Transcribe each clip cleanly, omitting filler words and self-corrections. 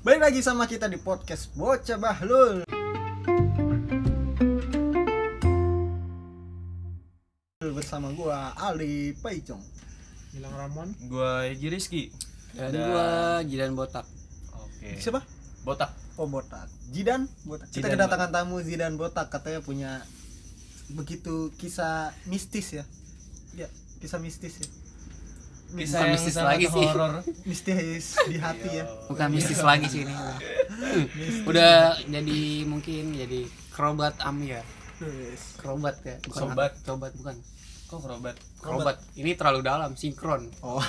Balik lagi sama kita di podcast Bocah Bahlul. Bersama gua Ali Paicong, Gilang Ramon, gua Egi Rizky, dan gua Jidan Botak. Oke. Siapa? Botak. Oh, Botak. Zidan Botak. Kita Zidan kedatangan tamu Zidan Botak, katanya punya begitu kisah mistis ya. Ya, kisah mistis ya. Kisah Bukan yang mistis sangat lagi sih. horor. Mistis di hati ya. Bukan mistis lagi sih ini. Udah jadi mungkin jadi kerobat ya. Kerobat ya. Bukan Sobat. Kerobat bukan. Kok kerobat? Kerobat. Ini terlalu dalam, sinkron. Oh.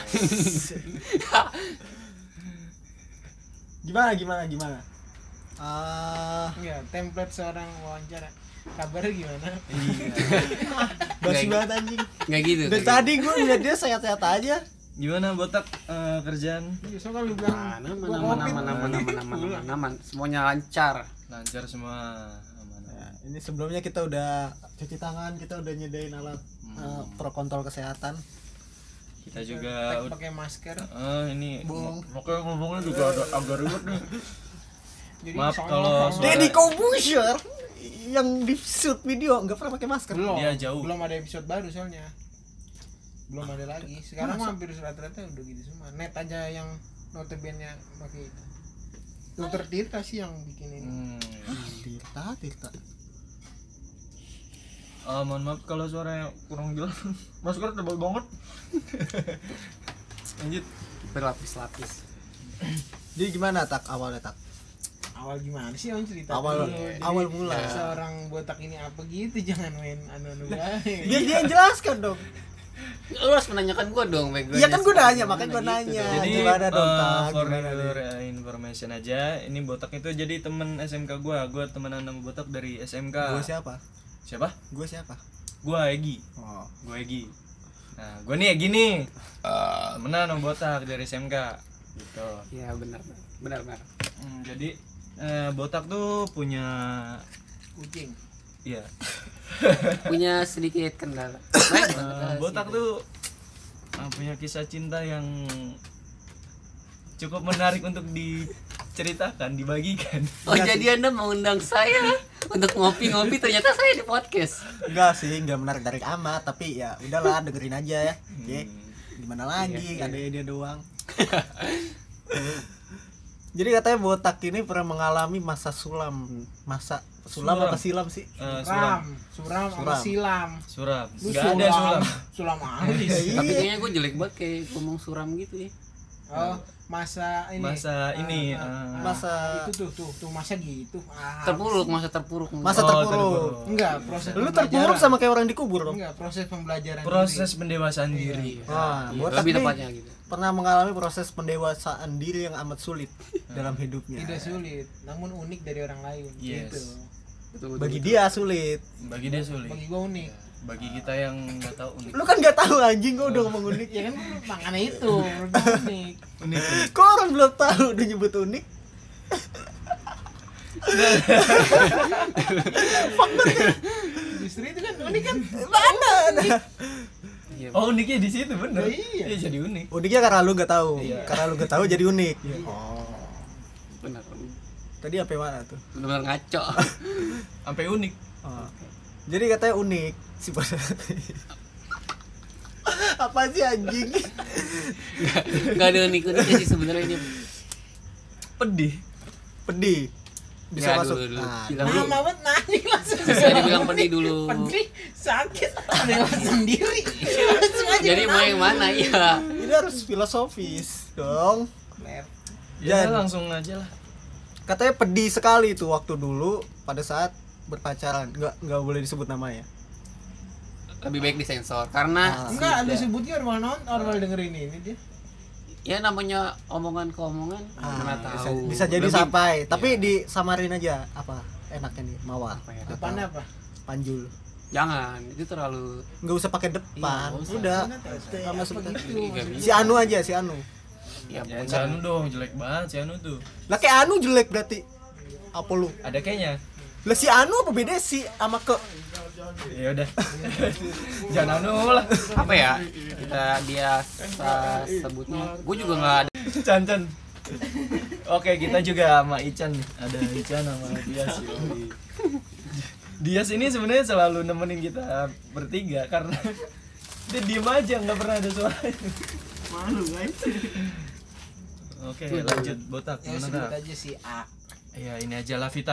Gimana? enggak, template seorang wawancara. Kabarnya gimana? Basi Nggak- banget anjing. Enggak gitu. Dari nggak tadi gue lihat dia sehat-sehat aja. Gimana Botak kerjaan? Iya, so kalau lu bilang aman. Semuanya lancar. Lancar semua. Aman. Ya, ini sebelumnya kita udah cuci tangan, kita udah nyediain alat pro kontrol kesehatan. Kita juga pakai masker. ini Bung. pokoknya ngomongnya juga agak ribet nih. Jadi Maaf soalnya kalau orang- suara- Deddy Corbuzier yang di shoot video nggak pernah pakai masker. belum, Dia jauh. belum ada episode baru soalnya. Belum ada lagi. Sekarang hampir rata-rata udah gitu semua. Net aja yang notabene pakai itu. Dokter Tirta sih yang bikin ini. Tirta. Mohon maaf kalau suaranya kurang jelas. Masker tebal banget. Lanjut. Berlapis-lapis. Jadi gimana awalnya Awal gimana sih yang cerita? Awal- dulu. Jadi, awal mula. Seorang botak ini apa gitu, jangan main anu-anu Biar bae. dia yang jelaskan dong. Lu harus menanyakan gua dong, background. Iya kan gua nanya, makanya gua nanya. Jadi Gimana dong, Tak? for Gimana your nih? information aja, ini Botak itu jadi temen SMK gua temenan sama Botak dari SMK. Gue siapa? Siapa? Gue siapa? Gua Egi. Oh. Gue Egi. Nah, gua nih Egi nih. Temenan sama Botak dari SMK. Gitu. Iya, benar. Jadi Botak tuh punya Kucing. iya. Punya sedikit kendala. Botak tuh punya kisah cinta yang cukup menarik untuk diceritakan, dibagikan. Oh, jadi Anda mengundang saya untuk ngopi-ngopi, ternyata saya di podcast. Enggak sih, enggak menarik dari amat, tapi ya udahlah dengerin aja ya. Oke. Gimana lagi? Iya. Ada dia doang. Jadi katanya Botak ini pernah mengalami masa sulam Suram. apa silam sih? Suram. Suram sama Suram. silam. Suram. Lu Enggak ada sulam. Sulam aja sih. Tapi kayaknya gue jelek banget kayak ngomong suram gitu ya. Oh, masa ini. Masa ini, masa- itu tuh masa gitu. Masa terpuruk. Masa terpuruk. Enggak, proses Lu pembelajaran. terpuruk sama kayak orang dikubur dong. Enggak, proses pembelajaran. Proses diri. pendewasaan diri. Wah, Iya, Botak lebih nih tepatnya gitu. pernah mengalami proses pendewasaan diri yang amat sulit dalam hidupnya. Tidak sulit, namun unik dari orang lain. Yes. Gitu. Betul. Bagi dia sulit. Bagi dia sulit. Bagi gua unik. Bagi kita yang nggak tahu unik. Lu kan nggak tahu anjing, gua udah ngomong unik. Ya kan makanya itu, menurut gua unik. Unik. Kok orang belum tahu udah nyebut unik? Justru itu kan unik kan. Mana? Iya. Oh, uniknya di situ bener. Iya. Iya, jadi unik. Uniknya karena lu nggak tahu. Iya. Karena lu nggak tahu jadi unik. Oh. Benar. Tadi sampai mana tuh? Benar ngaco. Sampai unik. Oh. Jadi katanya unik si Botak. Apa sih anjing? Enggak ada unik-uniknya sih sebenarnya ini. Pedih. Pedih. Bisa Ya, masuk. dulu. Nah, Bilang Nah, dulu. banget nanya langsung. Bisa dibilang pedih dulu. Pedih, sakit, ada yang sendiri. Langsung aja. Jadi mau yang mana? Iya. ini harus filosofis dong. Ya Dan- langsung aja lah. Katanya pedih sekali tuh waktu dulu pada saat berpacaran. Nggak boleh disebut namanya. Lebih baik disensor karena Enggak, Sudah. disebutnya orang nonton, orang dengerin ini dia. ya namanya omongan ke omongan mana tahu. Bisa jadi Lebih- sampai. Tapi disamarin aja apa enaknya nih mawar. apa ya? Depannya apa? Panjul. Jangan, itu terlalu Nggak usah pakai depan. Iya, nggak usah. Udah. Apa Nggak masuk. gitu, Nggak maksudnya. Si Anu aja, si Anu. ya Ya, si pokoknya Anu dong, jelek banget si Anu tuh. Lah kayak Anu jelek berarti. Apa lu? Ada kayaknya. Lah si Anu apa beda sih sama ke Ya udah. Jangan Anu lah. apa ya? Kita dia sebutnya. Gue juga nggak ada. Can. Oke, kita juga sama Ican nih. Ada Ican sama Dias. Yoi. Dias ini sebenarnya selalu nemenin kita bertiga karena dia diem aja, nggak pernah ada suaranya. Malu guys. Oke, lanjut botak. Ya Gimana sebut tak? aja si A. Iya, ini aja lah Vita.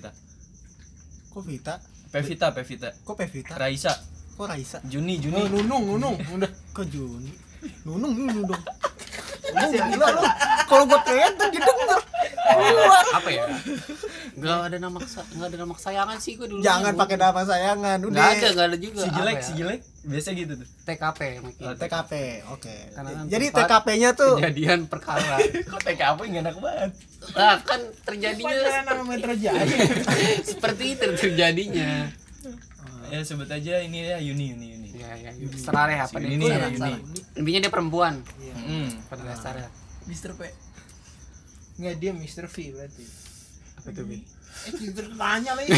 Kok Vita? Pevita. Kok Pevita? Raisa, Kok Raisa? Juni. Oh, Nunung, udah. Kok Juni? Nunung dong. Gila lu. Kalau buat kalian tuh didengar. Apa ya? Nggak ada nama kesayangan sih gue dulu. Jangan pakai nama sayangan. Udah. Nggak ada juga. Si Apa ya? jelek. Biasa gitu tuh. TKP mungkin. TKP. Oke. Karena kan Jadi tempat TKP-nya tuh Kejadian perkara. Kok TKP nggak enak banget. Lah kan Pacaran terjadinya nama Metro Jaya. seperti itu terjadinya. Ya sebut aja ini ya Yuni. Ya, serah deh apa Si deh. Yuni ya, Yuni. Intinya dia perempuan Hmm. pada dasarnya. Mr. P. Enggak, dia Mr. V berarti. apa tuh, Bi? Mr. Tanya lagi.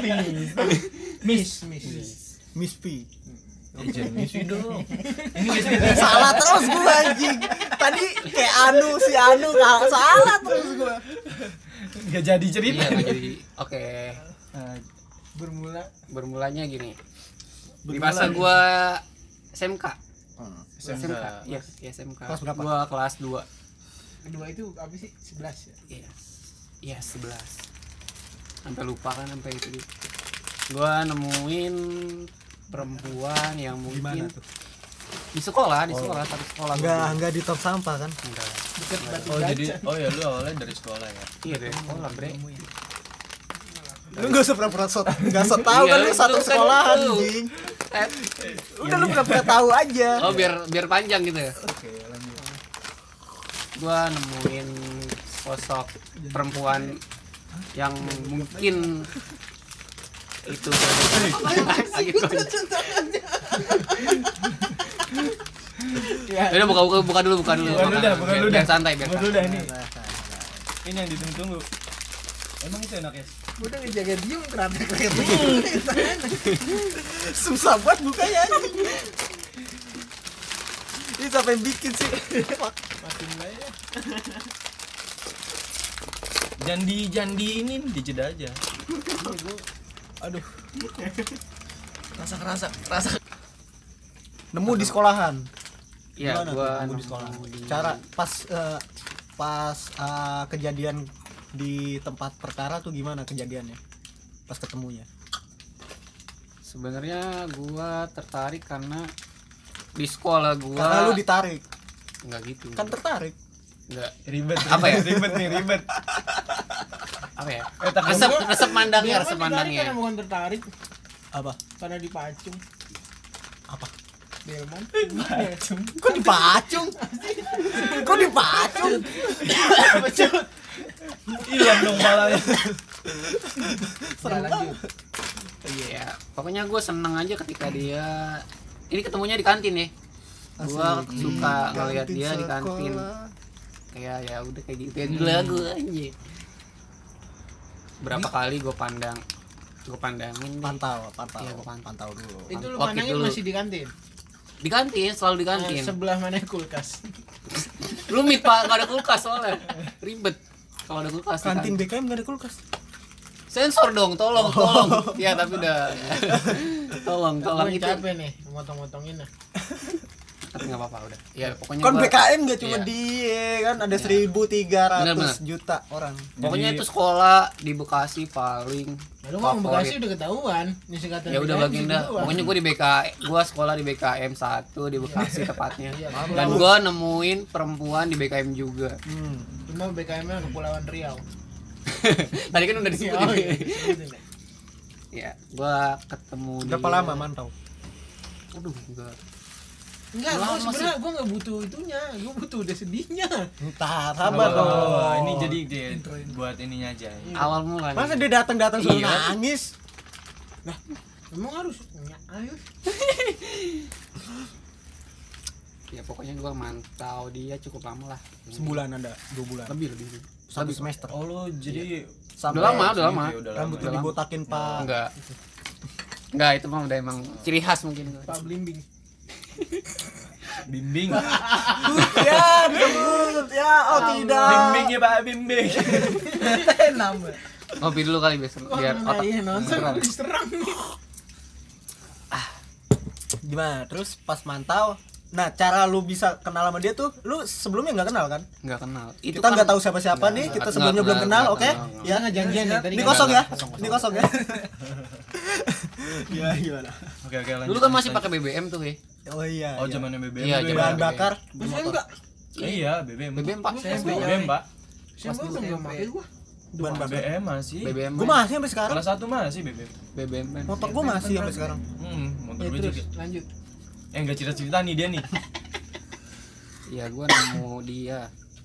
Miss. Miss P. Jangan misi dong. Ini nggak Salah terus gua anjing. Tadi kayak si Anu salah terus gua. nggak jadi cerita. Iya, jadi oke. Bermula Bermulanya gini. Di Bermula masa nih. gua SMK. SMK. Iya, SMK. Kelas berapa? Gua kelas 2. kedua itu apa sih? 11 ya. Iya. Iya, 11. Sampai lupa kan sampai itu. Gua nemuin perempuan yang Gimana mungkin tuh? di sekolah, satu sekolah. Enggak di tong sampah kan? Enggak. Dekat batu Oh jadi, gaca. ya lu awalnya dari sekolah ya? Iya deh, sekolah, Bre. Lu enggak usah pura-pura enggak usah tahu Iya, kan lu lu satu kan sekolahan lu. anjing. Eh, Udah lu pura-pura tahu aja. oh biar panjang gitu ya. Oke, lanjut. Gua nemuin sosok perempuan yang mungkin itu lagi udah buka dulu Buka dulu dah. biar santai biar Buka dulu santai. dah ini yang ditunggu-tunggu. Emang itu enak ya? Gua udah ngejaga diem keratek Susah banget bukanya anjing. Ini sampai bikin sih. makin banyak. Jandi ini dijeda aja. Aduh, Rasa. nemu di sekolahan. Iya, Gimana gua tuh nemu di sekolahan. Cara pas kejadian di tempat perkara tuh gimana kejadiannya? Pas ketemunya. sebenarnya gua tertarik karena di sekolah gua Karena lu ditarik. enggak gitu. Kan tertarik. Enggak. Ribet. Apa ya? Ribet. Apa ya? takut Resep mandangnya, Dia resep kan ditarik mandangnya. karena bukan tertarik, Apa? karena dipacung. Apa? Delman. Kok dipacung? Kok dipacung? hilang dong palanya. Ya, lanjut. Iya, pokoknya gue seneng aja ketika dia ini ketemunya di kantin ya. Gue suka ngeliat dia di kantin. Kayak ya udah kayak gitu ya dulu gue anjir. Berapa kali gue pandangin nih. Pantau. Iya, gua pantau dulu. Itu lu Waktu pandangin dulu. masih di kantin. Di kantin, selalu di kantin. Sebelah mana kulkas? Rumit Pak, nggak ada kulkas soalnya. Ribet. Kalau ada kulkas. di Kantin BKM nggak ada kulkas. Sensor dong, tolong. Ya tapi udah. tolong Gua itu. capek nih motong-motongin lah. Tapi nggak apa-apa udah. Ya pokoknya Kan gua- BKM nggak cuma Iya. dia kan ada Iya. 1.300 Bener. juta orang. Pokoknya Jadi- itu sekolah di Bekasi paling Lalu ngomong favorit. Bekasi udah ketahuan. Ini singkatan Ya udah BKM bagian sih dah. duluan. Pokoknya gue sekolah di BKM 1 di Bekasi tepatnya. Iya. Dan gue nemuin perempuan di BKM juga. Cuma BKM-nya Kepulauan Riau. Tadi kan udah disebut. Oh, iya. ya. Sebutin deh. Ya, gue ketemu Berapa dia. lama mantau? Aduh, enggak. Enggak, Lama gua sebenarnya gua enggak butuh itunya. Gua butuh udah sedihnya. Entar sabar dong. Ini jadi dia buat ininya aja. Awal mula. Masa nih. dia datang suruh Iya. nangis? Memang harus. Ayo. Ya pokoknya gue mantau dia cukup lama lah. Sebulan ada, 2 bulan. Lebih. Satu semester. Oh lu jadi Sampai Udah lama. rambutnya dibotakin Pak. Enggak, itu mah udah emang ciri khas mungkin. Pak Blimbing. Bimbing. Ya, disebut. Ya, oh tidak. Bimbing ya Pak, bimbing. Nambah. Ngopi dulu kali biar otak. Iya nonton beneran. diserang nih. Gimana? Terus pas mantau, nah cara lu bisa kenal sama dia tuh, lu sebelumnya nggak kenal kan? Nggak kenal. Kita nggak tahu siapa-siapa nih, kita sebelumnya belum kenal, oke? Ya, Nggak janjian ya tadi. ini kan? kosong ya, Kosong. ini kosong ya. Gimana? Oke, lanjut. Dulu kan masih pakai BBM tuh, ya. Oh iya. Oh, iya. zamannya BBM. Iya, BBM. Bahan BBM. bakar. Maksudnya enggak. Iya, BBM. BBM Pak. BBM, Pak. Saya belum enggak pakai gua. Bahan bakar. BBM masih. BBM. Gue masih sampai sekarang. Kelas 1 masih BBM. BBM. Motor gue masih sampai sekarang. Motor Ya gue terus juga. lanjut. Enggak cerita-cerita nih dia nih. Iya, gua nemu dia.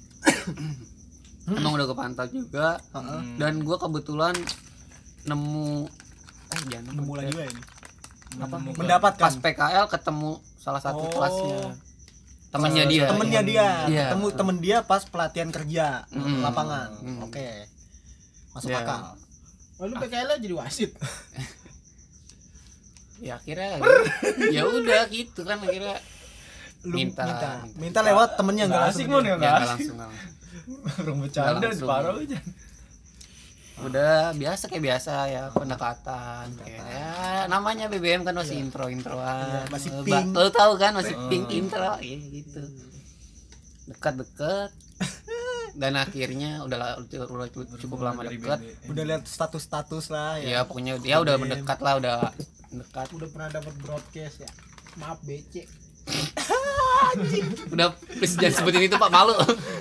Emang udah kepantau juga. Dan gua kebetulan nemu jangan Nemu lagi ya ini. apa? Mendapatkan. Pas PKL ketemu salah satu Oh. kelasnya. Temennya dia. Temennya dia. Iya. Ketemu temen dia pas pelatihan kerja Hmm. lapangan. Hmm. Oke. Masuk Iya. akal. Oh, lu PKL jadi wasit. Ya akhirnya ya udah gitu kan akhirnya Lu minta lewat temennya enggak Asik langsung. mon ya ya enggak nggak asik. langsung. Orang bercanda Nggak langsung. separuh aja. Udah biasa kayak biasa ya pendekatan kayak ya, namanya BBM kan masih introan Iya, masih Ba- pink. lo tahu kan masih pink intro ya gitu dekat dan akhirnya udah cukup lama Dari dekat BBM. Udah lihat status-status lah ya pokoknya dia udah mendekat lah udah dekat Udah pernah dapat broadcast ya. Maaf BC. udah please jangan sebutin itu Pak malu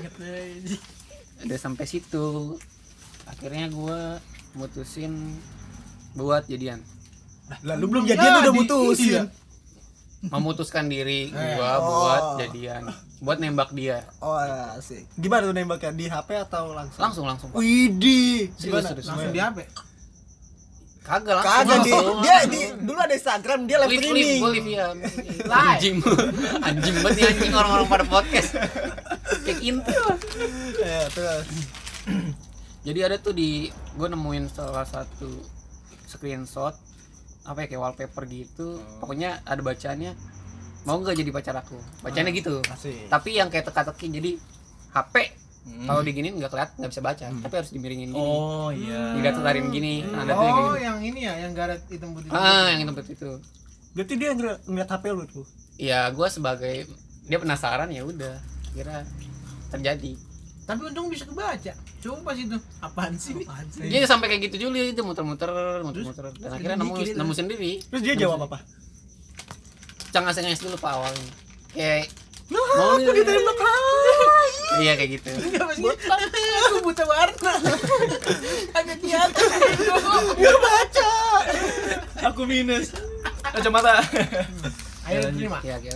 udah sampai situ akhirnya gua mutusin buat jadian Lah lu belum jadian udah mutusin. memutuskan diri gua Oh. buat jadian buat nembak dia Oh, asik. Gimana tuh nembaknya di HP atau langsung? langsung Widih. Serius, Gimana? serius. Langsung di HP. kagak langsung Kagak di langsung. dia di dulu ada Instagram dia live live streaming. gua live ya anjing anjing banget nih anjing orang-orang pada podcast kayak intro Ya, terus. jadi ada tuh di gue nemuin salah satu screenshot apa ya kayak wallpaper gitu pokoknya ada bacaannya mau nggak jadi pacar aku bacanya gitu Asik. tapi yang kayak teka-teki jadi HP kalau diginin nggak kelihatan nggak bisa baca tapi harus dimiringin gini Oh iya. digatarin gini nah, ada tuh yang kayak Oh, gitu yang ini ya, yang garet hitam putih. yang tempat itu Berarti dia ngeliat HP lu tuh. ya gue sebagai dia penasaran ya udah kira terjadi Tapi untung bisa kebaca. Coba pas itu apaan sih? dia sampai kayak gitu juga itu muter-muter dan akhirnya nemu sendiri Terus dia jawab apa? cengas-cengas dulu pak awalnya kayak Nah, aku ditembak. iya kayak gitu Enggak maksudnya. Aku buta warna. Agak kelihatan. Dia baca. Aku minus. Kacamata. Ayo terima. ya kira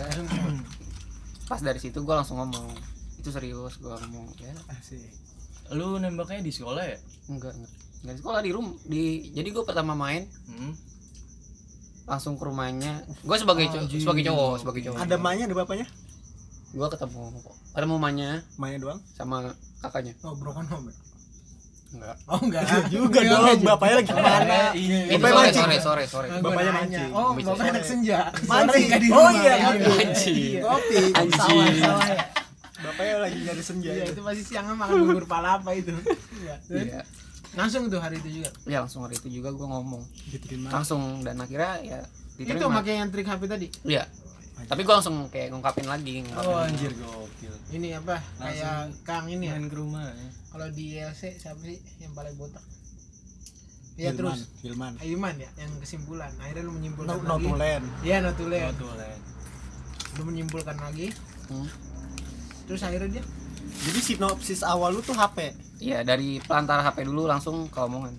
pas dari situ gue langsung ngomong itu serius gue ngomong ya Asik. Lu nembaknya di sekolah ya? enggak di sekolah di rumah jadi gue pertama main langsung ke rumahnya gue sebagai cowok Ada emaknya, ada bapaknya? gue ketemu mamanya Emaknya doang? sama kakaknya Oh, broken home. enggak Oh, enggak. Juga dong, bapaknya lagi kemana? ini Bapaknya mancing. sore Bapaknya mancing. Oh, Bisa bapaknya anak sore. senja. Mancing. Sore nggak di Oh rumah, iya, ya. ngopi. Anjing. Kopi. Anjing. Sawah ya. Bapaknya lagi nyari senja. Iya, itu pasti siangnya makan bubur palapa itu. Iya. iya Langsung tuh hari itu juga. ya langsung hari itu juga gue ngomong Diterima. langsung dan akhirnya ya Itu diterima pakai yang trik HP tadi. iya tapi gue langsung kayak ngungkapin lagi Oh anjir gokil. Ini apa? Kayak Kang ini ya. Main ke rumah ya. Kalau di ILC siapa sih yang paling botak? Iya terus Hilman. Ayuman ya yang kesimpulan. Akhirnya lu menyimpulkan No lagi. to land. Iya, notulen. Oh tuh Len. Lu menyimpulkan lagi. Hmm. Terus akhirnya dia Jadi sinopsis awal lu tuh HP. Iya dari pelantara HP dulu langsung ke omongan.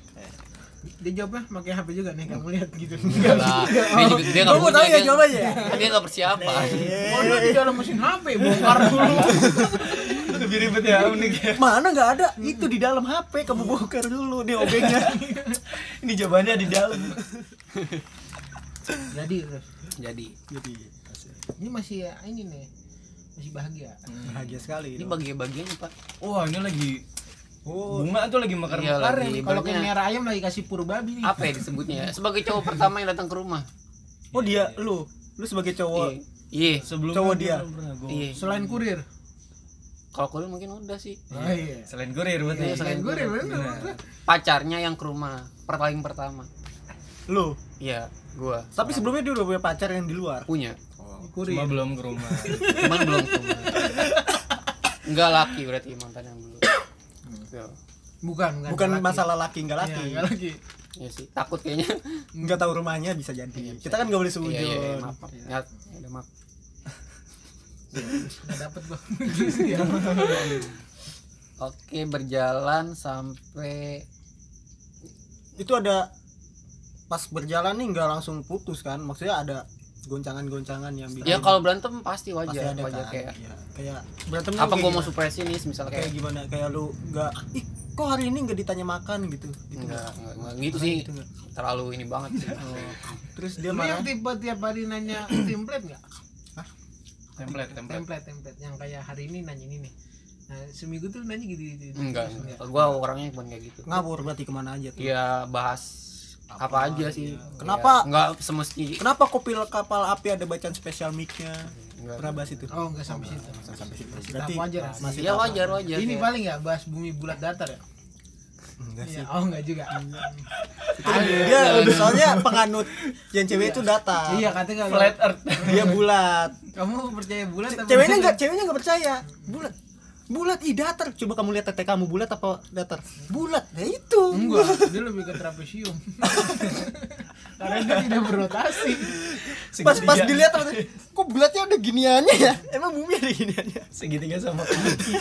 dia jawabnya pakai HP juga nih kamu lihat gitu. Enggak lah. Dia enggak Gua mau tahu ya jawabannya. Dia enggak persiapan. Oh, lu di dalam mesin HP bongkar dulu. Lebih ribet ya unik ya. Mana nggak ada? Itu di dalam HP kamu bongkar dulu nih obengnya. Ini jawabannya di dalam. Jadi terus Jadi Jadi ini masih ya, ini nih masih bahagia. bahagia sekali. ini dong. bagian-bagiannya, Pak. Wah ini lagi Oh, bunga tuh lagi Iya, mekar-mekar lagi. nih. Kalau Ibaratnya- kayak merah ayam lagi kasih pur babi nih. Apa ya disebutnya? Sebagai cowok pertama yang datang ke rumah. oh dia lu sebagai cowok Iya. Iya. Sebelumnya Cowok dia. belum pernah gua. Iya. Selain kurir. Kalau kuliah mungkin udah sih. Oh iya. Selain kurir berarti. Iya, Selain kurir bener. Benar. Pacarnya yang ke rumah paling pertama. Lu. Iya, gua. Tapi sebelumnya dia udah punya pacar yang di luar. Punya. Kurir. Cuma belum ke rumah. Cuman belum ke rumah. Enggak laki berarti mantan yang dulu. Tuh. Bukan Bukan masalah laki nggak laki. Iya, enggak laki. Iya sih, takut kayaknya. Nggak tahu rumahnya bisa jadi. Iya, bisa. Kita kan nggak boleh Iya, sujud. iya, maaf. Ya, udah maaf. Enggak dapet gua. Oke, berjalan sampai Itu ada pas berjalan nih nggak langsung putus kan? Maksudnya ada goncangan-goncangan yang bikin. ya kalau berantem pasti pasti wajar, ada wajar kan? kayak Iya, kayak berantemnya apa kayak gua mau gimana? supresin nih misalnya Kayak kayak gimana? Kayak lu nggak, ih kok hari ini nggak ditanya makan gitu? Gitu enggak gitu Nah, sih. gitu nggak? Terlalu ini banget sih. Terus dia Lu marah. yang tipe tiap hari nanya template enggak? Template. Template yang kayak hari ini nanya ini nih. Nah, seminggu tuh nanya gitu. Enggak. Gua orangnya bukan kayak gitu. Ngabur berarti kemana aja tuh? Ya bahas apa aja sih. Kenapa? Ya, enggak semesti Kenapa kopil kapal api ada bacaan spesial mic-nya? enggak. Pernah bahas itu? Oh, enggak sampai situ. Sampai situ. Berarti wajar. masih Ya tahap- wajar wajar. Ini kayak- paling ya bahas bumi bulat datar ya? Enggak sih. Iya, oh enggak juga. Dia soalnya penganut yang cewek itu datar. Iya, katanya kalau Flat Earth. Dia bulat. kamu percaya bulat tapi Ceweknya enggak percaya. Bulat ih datar. Coba kamu lihat tete kamu bulat apa datar? Bulat. Ya itu. enggak, dia lebih ke trapesium. Karena dia tidak berotasi. Pas dilihat apa tuh, kok bulatnya ada giniannya ya? Emang bumi ada giniannya? Segitiga sama kaki.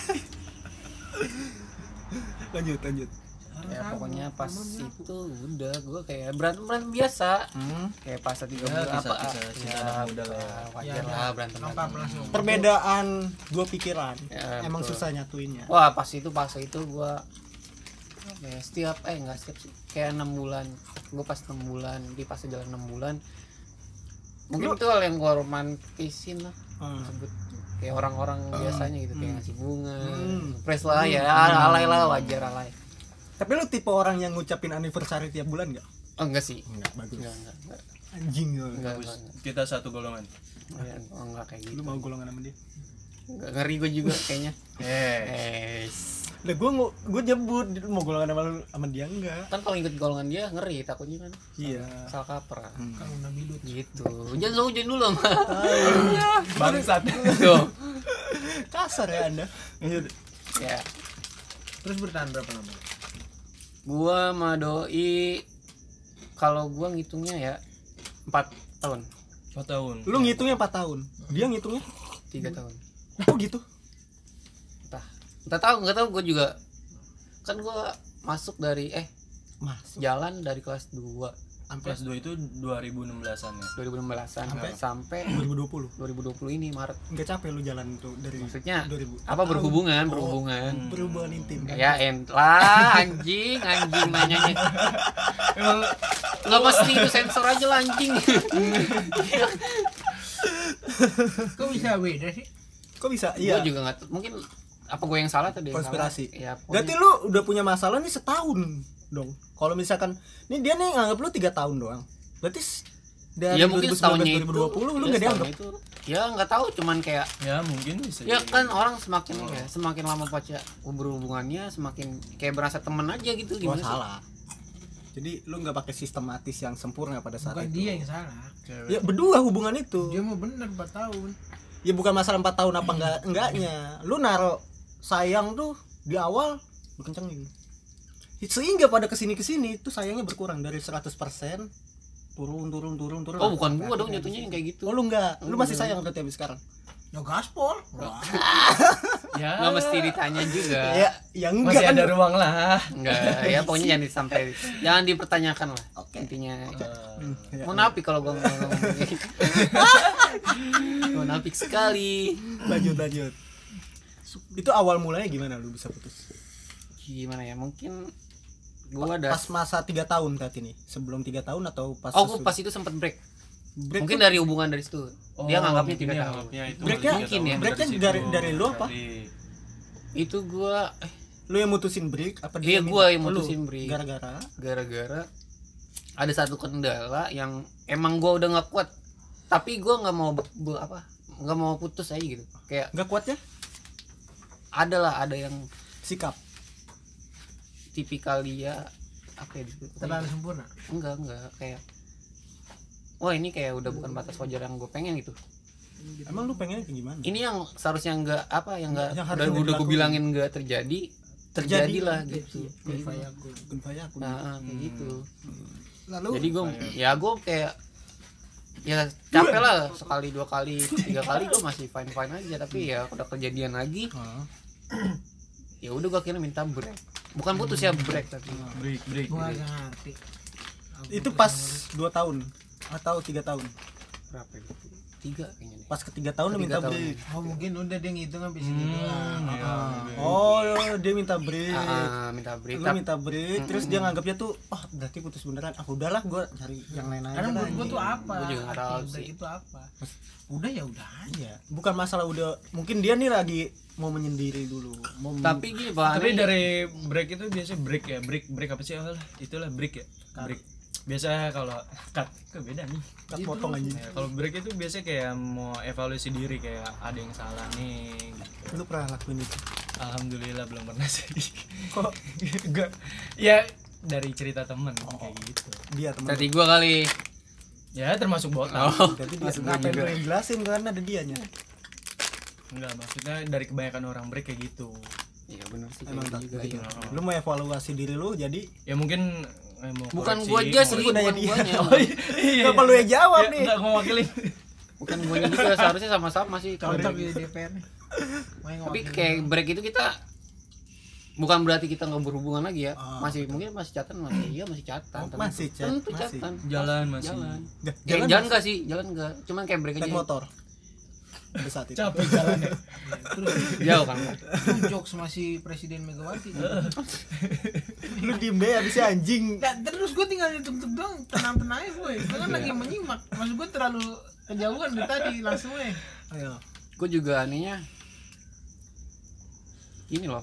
Lanjut. Ya pokoknya pas itu udah gua kayak berantem biasa. Kayak pas 3 bulan kisah- apa kisah cinta ya, anak muda lah ya. wajar Ya, lah berantem. Lengkap langsung. Perbedaan dua pikiran. Ya, Emang betul. susah nyatuinnya. Wah pas itu gua apa ya, setiap enggak setiap sih kayak 6 bulan gua pas 6 bulan di pas jalan 6 bulan mungkin itu hal yang gua romantisin lah sebut kayak orang-orang biasanya gitu kayak ngasih bunga surprise lah ya alay lah wajar alay. Tapi lu tipe orang yang ngucapin anniversary tiap bulan enggak? Oh enggak sih Enggak, bagus. enggak Anjing lu. enggak Kita satu golongan. enggak kayak gitu Lu mau golongan sama dia? enggak ngeri gua juga kayaknya Eh. Lah gua nyebut dia mau golongan sama dia enggak? kan kalau ikut golongan dia ngeri takutnya kan Iya. salah kaprah Kalau Nabi Lut. gitu jangan hujan dulu mah Bangsat. tuh Kasar ya Anda. ya Terus bertahan berapa lama? gua sama doi kalau gua ngitungnya ya 4 tahun 4 tahun. Lu ngitungnya 4 tahun. Dia ngitungnya 3 tahun oh gitu. nggak tahu gua juga kan gua masuk dari Mas, jalan dari kelas 2 Kelas 2 itu 2016-an ya. 2016an sampai 2020. 2020 ini Maret Enggak capek lu jalan tuh dari maksudnya 2000. apa berhubungan Oh. berhubungan Berhubungan intim. ya entah anjing nanyanya Emang nggak mesti itu sensor aja lah anjing Kok bisa beda sih? Kok bisa? gua Iya. juga nggak mungkin apa gue yang salah atau dia yang Konspirasi. salah ya Berarti pokoknya lu udah punya masalah nih setahun dong. Kalau misalkan nih dia nih nganggap lu 3 tahun doang. Berarti dari ya mungkin 2019 setahunnya itu 2020 lu ya, enggak dianggap. setahunnya itu ya nggak tahu cuman kayak ya mungkin bisa. ya jadi. kan orang semakin ya semakin lama pacar berhubungannya semakin kayak berasa temen aja gitu Gua gimana sih salah. Jadi lu nggak pakai sistematis yang sempurna pada saat Bukan itu. dia yang salah. Cewek. Ya berdua hubungan itu. Dia mau bener 4 tahun. Ya bukan masalah 4 tahun apa enggaknya. Lu naro sayang tuh di awal lu kencengin. Sehingga pada kesini itu sayangnya berkurang dari 100% turun. oh bukan gua dong jatuhnya yang kayak gitu Oh lu enggak. Lu masih sayang berarti sampai sekarang. Ya gaspol. Ya. nggak mesti ditanya juga Ya, ya enggak Masih kan. ada ruang lah. enggak ya pokoknya jangan sampai jangan dipertanyakan lah Oke. intinya Ya. munafik kalau gua ngomong gitu. Munafik sekali Lanjut. Itu awal mulanya gimana lu bisa putus? gimana ya mungkin gua ada Pas masa 3 tahun saat ini. Sebelum 3 tahun atau pas oh gua sesudah? pas itu sempet break Break mungkin tuh dari hubungan dari situ dia nganggapnya 3 tahun anggapnya itu Breaknya- tiga mungkin tahun ya. Breaknya situ. dari lu apa? itu gua lu yang mutusin break apa Iya, minta? gua yang Oh, lu? mutusin break. Gara-gara gara-gara ada satu kendala yang emang gua udah nggak kuat tapi gua nggak mau nggak mau putus aja gitu. Kayak Nggak kuat ya ada yang sikap. tipikal dia apa ya disebut? terlalu sempurna. Enggak kayak wah ini kayak udah bukan batas wajar yang gue pengen gitu. Emang lu pengennya kayak gimana? Ini yang seharusnya enggak apa yang enggak Yang udah harusnya gue dilakuin. bilangin enggak terjadilah gitu. Kun fayakun. Kun fayakun. Nah, kayak gitu. Lalu Jadi gue kayak ya capek lah sekali 2 kali 3 kali gue masih fine aja, tapi ya udah kejadian lagi ya udah gue akhirnya minta break, bukan putus ya, break tapi break Gua agak ngerti. itu pas 2 tahun atau 3 tahun. berapa itu 3 kayaknya deh. Pas ke 3 tahun lu minta Ketiga tahun. break. Oh mungkin udah dia ngitung habis gitu lah. Oh, dia minta break. Minta break Lu minta break, terus dia nganggapnya tuh, oh berarti putus beneran. Ah udahlah, gua cari yang lain aja. Karena lah, menurut gua anjing. tuh apa? Gua juga nggak tahu Arti break sih. itu apa? Udah ya udah aja. Iya, bukan masalah udah. Mungkin dia nih lagi mau menyendiri dulu. Mau tapi gini Pak, Tapi dari break itu biasanya break ya, break apa sih awalnya? Itulah break ya. Break. Biasa kalau cut ke beda nih. cut potong aja. Ya, kalau break itu biasanya kayak mau evaluasi diri, kayak ada yang salah nih. Lu pernah lakuin itu? Alhamdulillah belum pernah sih. Kok Enggak. Ya dari cerita temen kayak gitu. dia teman? berarti gua kali. Ya termasuk botak. Berarti dia ngapain lu yang jelasin karena ada dianya. Enggak, maksudnya dari kebanyakan orang break kayak gitu. Iya benar sih Emang kayak tak juga begitu. ya. Lu mau evaluasi diri lu jadi Ya mungkin mau Bukan koreksi, gua aja mau- sih, gua nanya bukan dia. guanya. Oh, iya. kenapa lu yang jawab Ya, nih? enggak mau wakilin. Bukan guanya juga, seharusnya sama-sama sih kalau Cocok break. di DPR nih. Tapi kayak break itu kita bukan berarti kita nggak berhubungan lagi ya. Masih mungkin masih catatan, masih catatan. Oh, tapi masih chat, tentu masih. catatan. Jalan masih. Jalan. Jalan Jalan enggak sih? Jalan enggak. Cuman kayak break naik aja. motor. Pada saat itu. Capek jalannya. terus Jauh kan. itu jokes masih Presiden Megawati. Lu diem deh abisnya anjing. Dan terus gue tinggal tutup doang, tenang-tenang aja gue. Gue kan lagi menyimak. Maksud gue terlalu kejauhan dari tadi langsung aja. Ayo. Gue juga anehnya ini loh.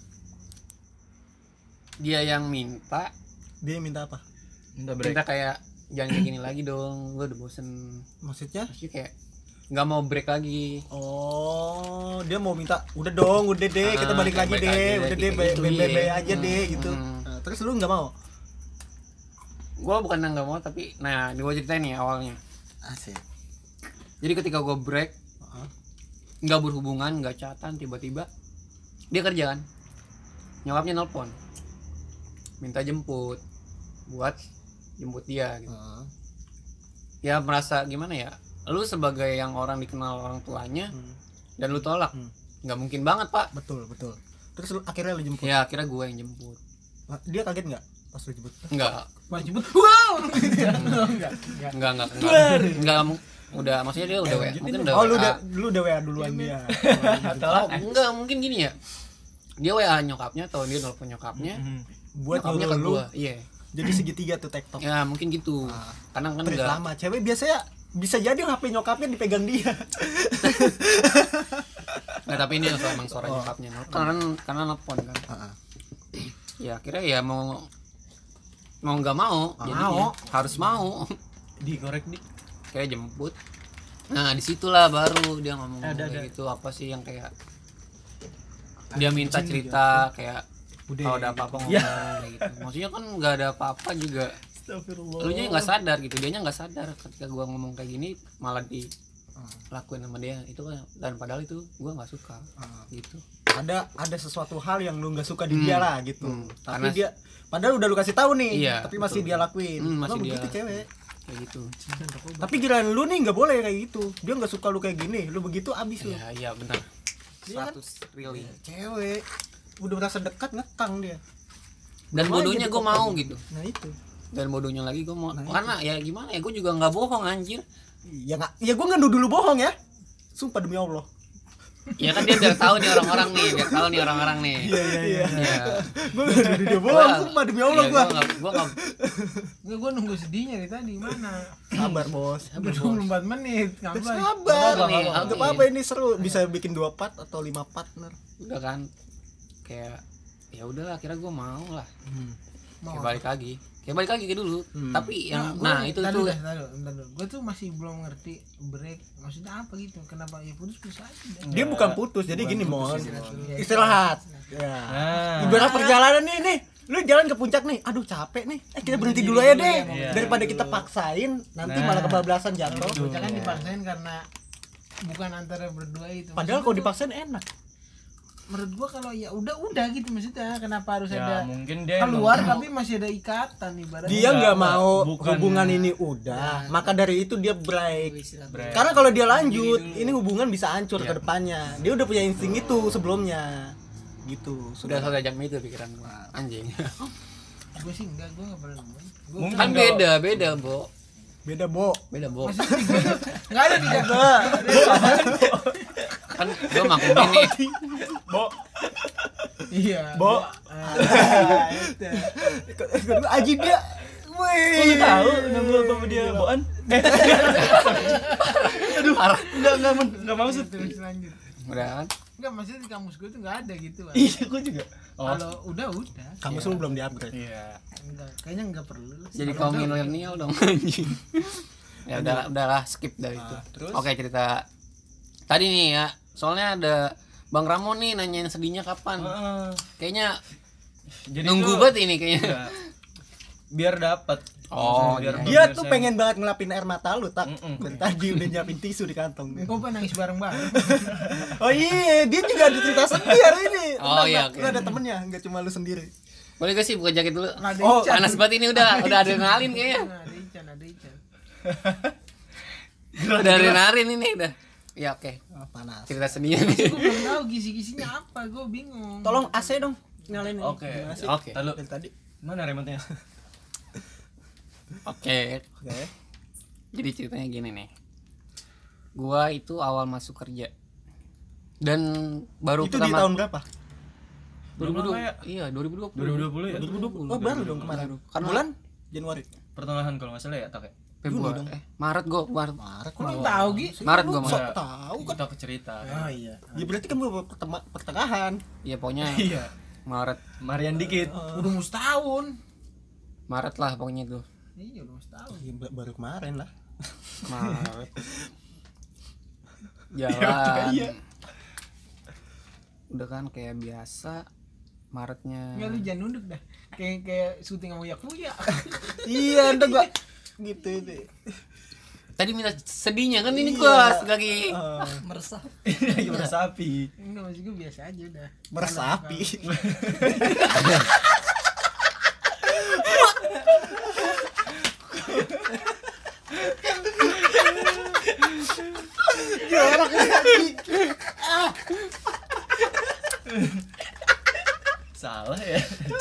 Dia yang minta, Dia minta apa? Minta break. minta kayak jangan kayak gini lagi dong. Gue udah bosen. Maksudnya? Maksudnya kayak nggak mau break lagi. Oh, dia mau minta, udah dong, udah deh, kita balik lagi balik deh, aja, udah kayak deh, gitu, bye iya. aja deh gitu. Nah, terus lu nggak mau? Gue bukan nggak mau, tapi nah gue ceritain nih awalnya. Asik. Jadi ketika gue break, nggak berhubungan, nggak chatan, tiba-tiba dia kerja kan, nyokapnya nelpon, minta jemput, buat jemput dia. Gitu. Ya merasa gimana ya? Lu sebagai yang orang dikenal orang tuanya dan lu tolak, nggak mungkin banget pak. Betul. Terus akhirnya lu jemput. Ya akhirnya gue yang jemput. Dia kaget nggak pas lu jemput? Enggak, Pas jemput, wow. enggak, udah maksudnya dia udah WA, mungkin udah Oh, WA. lu udah WA duluan dia. Oh, enggak, mungkin gini ya. Dia WA nyokapnya atau dia nelpon nyokapnya. Buat Nyokapnya ke nyuruh lu gua. Iya. jadi segitiga tuh TikTok. Ya, mungkin gitu. Karena kan Break enggak. lama. Cewek biasanya bisa jadi HP nyokapnya dipegang dia. Nggak, tapi ini emang suara nyokapnya. Karena nelpon kan. Ya akhirnya ya mau nggak mau, jadinya harus mau. Dikorek di. Kayak jemput. Nah disitulah baru dia ngomong Ada. kayak gitu, apa sih yang kayak dia minta cerita kayak kalau ada apa-apa ngomong kayak gitu. Maksudnya kan nggak ada apa-apa juga. Astagfirullah. Elunya nggak sadar gitu, dianya nggak sadar ketika gua ngomong kayak gini malah dilakuin sama dia itu kan, dan padahal itu gua nggak suka gitu. Ada sesuatu hal yang lu nggak suka di dia lah gitu. Tapi Karena- dia padahal udah lu kasih tahu nih, Iya, tapi masih dia lakuin. Masih Emang dia begitu cewek. kayak gitu. Tapi giliran lu nih nggak boleh kayak gitu. Dia nggak suka lu kayak gini, lu begitu abis lu. Iya benar. Iya kan? 100 really. Cewek udah merasa dekat ngekang dia. Dan Mau bodohnya jadi gue kopong. mau gitu. Nah itu. Dan bodohnya lagi gue mau. Nah, Karena ya gimana ya, gue juga nggak bohong anjir. Ya nggak, ya gue nggak nuduh lu bohong ya. Sumpah demi Allah. Ya kan dia biar tahu nih orang-orang nih, biar tahu nih orang-orang nih. Iya. Iya. Gue nggak nuduh dia bohong, sumpah demi Allah gue. Gue nggak. Gue nunggu sedihnya dari tadi mana? Sabar bos. Udah 24 menit, ngapain? Sabar Sabar nih, Nggak apa-apa ini seru. Bisa bikin 2 part atau 5 partner. Udah kan. Kayak ya udahlah, akhirnya gue mau lah. kayak balik lagi ke dulu. Tapi yang itu tuh bentar dulu. Gue tuh masih belum ngerti break maksudnya apa gitu. Kenapa ya putus aja. Dia bukan putus, jadi gini Mon. Istirahat. Ya. Nah. Ibarat perjalanan nih. Lu jalan ke puncak nih. Aduh capek nih. Kita berhenti dulu aja deh. Daripada kita paksain nanti malah kebablasan jatuh. Jangan dipaksain karena bukan antara berdua itu. Padahal kalau dipaksain enak. Menurut gua kalau ya udah gitu maksudnya kenapa harus Ya, ada mungkin dia keluar emang- tapi masih ada ikatan ibaratnya. Dia nggak mau bukan- hubungan ini udah, maka dari itu dia break. Break. Karena kalau dia lanjut, ini hubungan bisa hancur ke depannya. Dia udah punya insting itu sebelumnya. Gitu. sudah jam itu pikiran gua. Anjing. Gua sih enggak, gua enggak pernah nemuin. Gua Mungkin Kan beda, Bo. Beda, Bo. maksudnya di gua tuh enggak ada di gua. Kan gua maklumin nih. Bo, Iya. Bo. Kedua Aji dia. kok lu tahu nama bapak dia Boan? Aduh, enggak maksud. Terus lanjut. Udah kan? Enggak, maksudnya di kamus gua tuh enggak ada gitu. Bang. Iya, gua juga. Oh. Kalau udah. Kamu semua belum di-upgrade. Iya. Enggak, kayaknya enggak perlu. Jadi kaum milenial dong anjing. Ya udahlah skip dari itu. terus? Oke, cerita tadi nih ya. Soalnya ada Bang Ramon nih nanyain sedihnya kapan. Kayaknya Jadi nunggu tuh- banget ini kayaknya. Enggak. Biar dapat. Oh, Biar Dia bener tuh sen. pengen banget ngelapin air mata lu, tak. Mm-mm. Dan tadi udah nyiapin tisu di kantong. Kok pengen nangis bareng-bareng? Oh iya, dia juga ada cerita sedih hari ini. Oh, Tenang, iya, Tak. oke. Lu ada temennya, enggak cuma lu sendiri. Boleh gak sih buka jaket dulu? Ada Oh, Ican. Panas banget ini udah adrenalin kayaknya. Ada Ican. Udah adrenalin ini udah. Ya oke. Oh, panas. Cerita sedihnya nih. Gue belum tahu kisi-kisinya apa, gue bingung. Tolong AC dong, nyalain ini. Oke. Gimana sih? Oke. Lalu Dari tadi. mana remote-nya? Oke. Oke. Jadi ceritanya gini nih. Gua itu awal masuk kerja. Dan baru Itu di pertama tahun berapa? 2020. Belum lama ya? Iya, 2020. 2020 ya? 2020. Oh, baru dong kemarin. Karena- Bulan Januari. Pertengahan kalau nggak salah ya, Tak. Februari. dong. Maret gua, Maret. Maret. Kok lu tahu, Gi? Maret gua Sok Maret. tahu kan. Kita ke cerita. Oh iya. Ya berarti kan baru pertengahan. Iya, pokoknya Iya. Maret. Marian dikit. Udah mau setahun. Maret lah pokoknya itu. Iya, udah mau setahun. Ya, baru kemarin lah. Maret. Ya, Jalan. iya. Udah kan kayak biasa. Maretnya. Enggak, lu jangan nunduk dah. Kayak syuting sama Yakuya. Iya, entar gua gitu deh. Tadi minta sedihnya kan ini gua lagi Meresap. Lagi berasapi. Enggak, maksud gue biasa aja udah. Meresapi. Jorok lagi. Salah ya.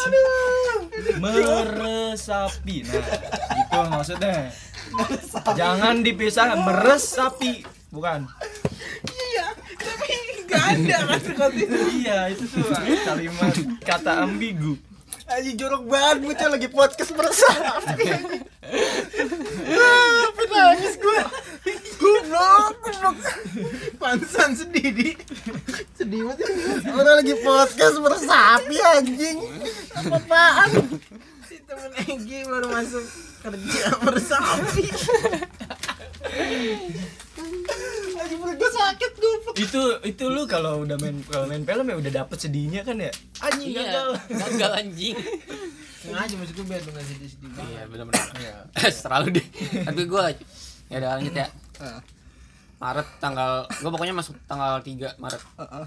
Meresapi. Nah, gitu maksudnya. Jangan dipisah, meresapi, bukan. Iya, tapi enggak ada kata-kata itu. Iya, itu tuh kalimat kata ambigu. Aji jorok banget bocah lagi podcast meresapi. Penangis gua. Goblok. Pantesan sedih, Di. Sedih banget. Orang lagi podcast meresapi anjing. Apa-apaan? Si temen Egi baru masuk kerja meresapi. Lagi perut gua sakit goblok. Itu lu kalau main film ya udah dapet sedihnya kan ya. Anjing Iya, gagal. gagal anjing. Sengaja maksud gue biar lu gak sedih-sedih banget. Iya, benar-benar. Terlalu deh. Tapi gua ya udah lanjut ya. Maret gua pokoknya masuk tanggal 3 Maret.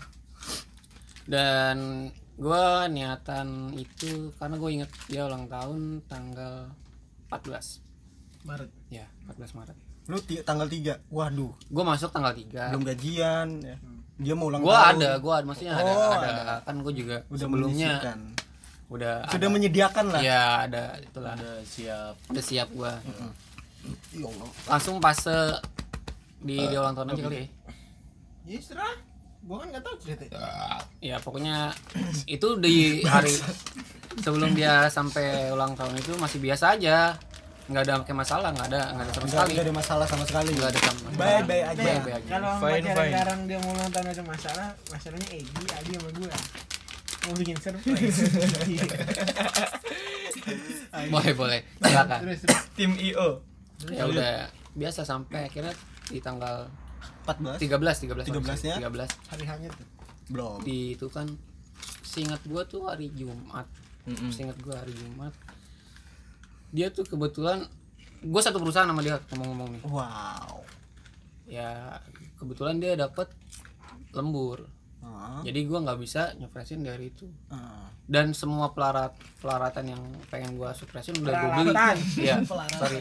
Dan gua niatan itu karena gue inget dia ulang tahun tanggal 14 Maret. ya, 14 Maret. Lu tanggal 3. Waduh, Gua masuk tanggal 3. belum gajian ya. Dia mau ulang Gua tahun. ada maksudnya Oh, ada kan gua juga Udah sebelumnya menyisihkan. udah Sudah ada. menyediakan lah. Ya, ada itulah. Udah siap. Udah siap gua. Ya Allah. Langsung pas di ulang tahun aja kali ya. Ya serah. Gua kan gak tahu cerita. Ya pokoknya itu di hari sebelum dia sampai ulang tahun itu masih biasa aja, nggak ada kayak masalah, nggak ada sama sekali, Enggak ada masalah sama sekali. nggak ada sama Bye-bye aja. Bye-bye aja. Kalau sama Fine, pacaran fine. sekarang dia mau ulang tahun ada masalah, masalahnya Egi, Adi sama gue. Mau bikin surprise. Boleh. Silakan. Terus Tim IO. Ya udah biasa sampai akhirnya di tanggal 14 13 13-nya? hari hanya tuh. belum. di itu kan seingat gua tuh hari Jumat. Seingat gua hari Jumat. Dia tuh kebetulan gua satu perusahaan sama dia ngomong-ngomong nih. Wow. Ya kebetulan dia dapat lembur. Jadi gua nggak bisa nyepresin dari itu. Dan semua pelaratan yang pengen gua supresin udah gua beli. Peralatan. Iya, sorry.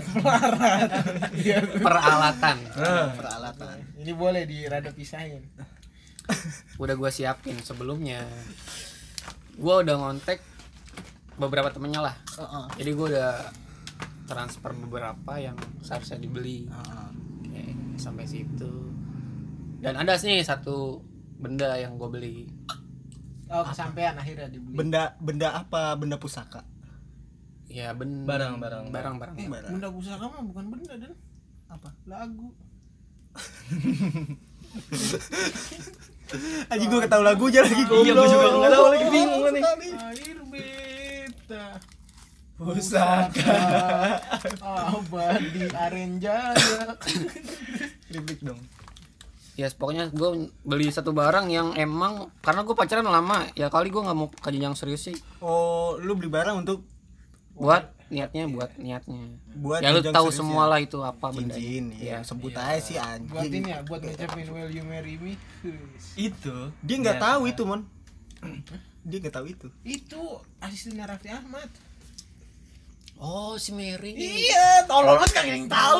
Peralatan. Peralatan. Ini boleh dirada pisahin. Udah gua siapin sebelumnya. Gua udah ngontek beberapa temennya lah. Jadi gua udah transfer beberapa yang seharusnya dibeli. Oke, sampai situ. Dan ada sih satu benda yang gua beli. Oh, kesampean akhirnya dibeli. Benda apa? Benda pusaka. Ya Barang. barang. Benda pusaka mah bukan benda dan Apa? lagu. Anjing gua enggak tahu lagunya lagi Iya, gua juga enggak tahu lagi, bingung nih. Air beta. Pusaka. Abadi Arenjaya. Ribik dong. Ya pokoknya gue beli satu barang yang emang karena gue pacaran lama ya kali gue nggak mau ke jenjang serius sih Oh, lu beli barang untuk buat niatnya buat ya lu jenjang tahu serius semua ya? lah itu apa bendanya. Cincin ya, sebut aja sih Buat anjing. ini ya, buat ngucapin will you marry me. Itu Dia nggak tahu itu, Mon. Dia nggak tahu itu. Itu asisten Raffi Ahmad. Oh si Mary Iya, tolol banget kagak yang tahu.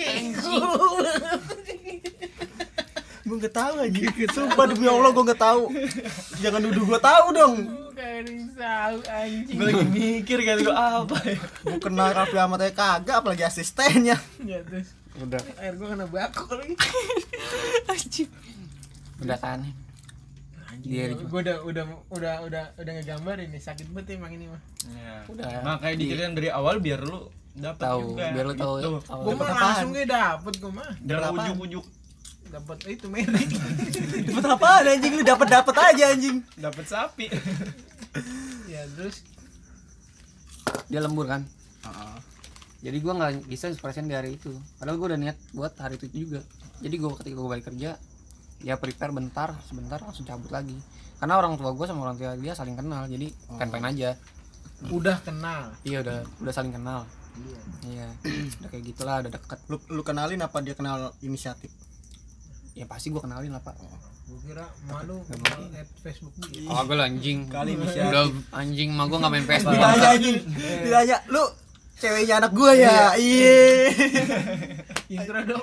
Gue nggak tahu aja. Sumpah demi Allah gue nggak tahu. Jangan nuduh gue tahu dong. Kayak yang tahu anjing. gue lagi mikir kan itu apa ya. Gue kenal Raffi Ahmad aja kagak, apalagi asistennya. Ya terus udah air gua kena bako lagi. udah kan dia Gua udah ngegambar ini sakit banget emang ini mah. Ya. Udah. Makanya diceritain dari awal biar lu dapat tahu juga. biar lu tahu Gitu. tahu. Gua mah langsung gak dapet gua mah. Dari Berapaan? ujuk-ujuk Dapat itu merek. Dapat apaan anjing, lu dapat aja anjing. dapat sapi. Ya terus Dia lembur kan jadi gua nggak bisa inspirasi dari itu padahal gua udah niat buat hari itu juga. Jadi gua ketika gua balik kerja ya prepare sebentar langsung cabut lagi karena orang tua gua sama orang tua dia saling kenal jadi pengen aja. udah kenal. Iya udah saling kenal. Iya udah kayak gitulah udah deket. Lu kenalin apa dia kenal inisiatif? Ya pasti gua kenalin lah pak. Gua kira malu add Facebook dia. Oh gue anjing Kali inisiatif. udah anjing mah gua nggak main Facebook. Ditanya anjing. Ditanya, "Lu ceweknya anak gua ya?" Iya. Intro dong.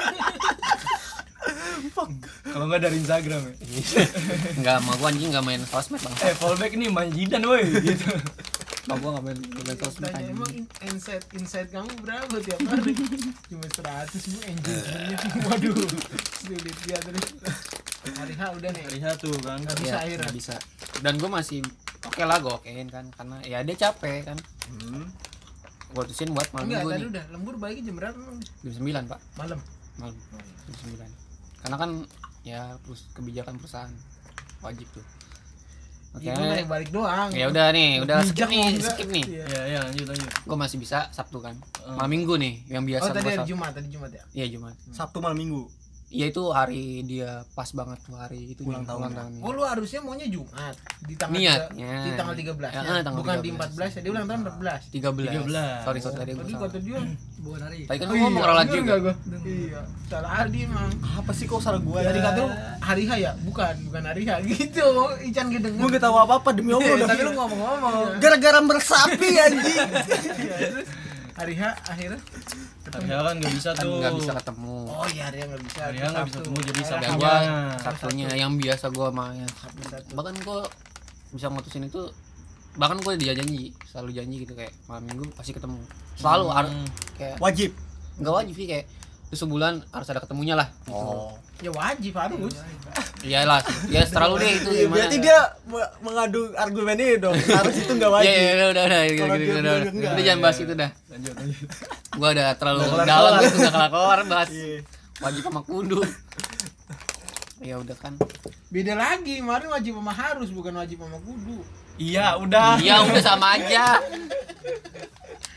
Kalau enggak dari Instagram ya. Enggak mah gua anjing nggak main sosmed bang. Fallback nih Manjidan woi gitu. Mah gua nggak main sosmed Tanya anjing. emang insight kamu berapa tiap hari? Cuma 100 bu enjoynya. Waduh. Sulit ya terus. Hari H udah nih. Lihat tuh kan. Nggak bisa Iya, akhirnya. nggak bisa. Dan gua masih oke lah gua okein kan karena ya dia capek kan. Gua tusin buat malam Enggak, minggu tadi nih. udah lembur baliknya jam berapa emang? Jam 9 pak. Malam. Malam jam 9. Karena kan ya kebijakan perusahaan wajib tuh. Oke. Itu naik balik doang. Ya udah nih, udah skip Bijak mau nih, enggak? skip nih. Iya. Ya lanjut. Gue masih bisa Sabtu kan. Malam Minggu nih yang biasa Oh tadi gua hari Sabtu. Jumat ya. Iya Jumat. Sabtu malam Minggu. Iya itu hari dia pas banget tuh hari itu Ulang tahun. Oh lu harusnya maunya Jumat di tanggal Niatnya. di tanggal 13 Ya, ya. tanggal Bukan di 13. 14 ya. Dia ulang tahun 14. 13. 13. Sorry tadi gue Tadi salah. kata dia Bukan hari. Tadi kan gue ngomong ralat bener juga. nggak gua? Iya. Salah Adi emang. Apa sih kok salah gua? Tadi kata lu hari H ya? Bukan hari H gitu. Ican kedengeran. Gua enggak tahu apa-apa demi Allah udah. Tapi lu ngomong-ngomong. Gara-gara bersapi anjing. Iya, terus hari H akhirnya Hari kan nggak bisa Kan tuh. nggak bisa ketemu. oh iya hari H nggak bisa. Hari nggak bisa ketemu jadi Dan Sabtu. gue Sabtunya. Sabtunya yang biasa gue main. Bahkan gue bisa mutusin itu bahkan gue dia janji selalu janji gitu kayak malam minggu pasti ketemu selalu kayak Wajib. nggak wajib sih kayak itu sebulan harus ada ketemunya lah gitu. Oh. Ya wajib harus. Iyalah ya terlalu deh itu Iya, gimana berarti dia mengadu argumen ini dong. Harus itu enggak wajib. ya udah Kalau gitu, dia udah bilang enggak, udah jangan bahas itu dah Lanjut. gua udah terlalu Nggak kelar-kelar. dalam itu nggak kelar bahas Iya. wajib sama kudu ya udah kan Beda lagi, kemarin wajib sama harus bukan wajib sama kudu. Iya, udah. iya udah sama aja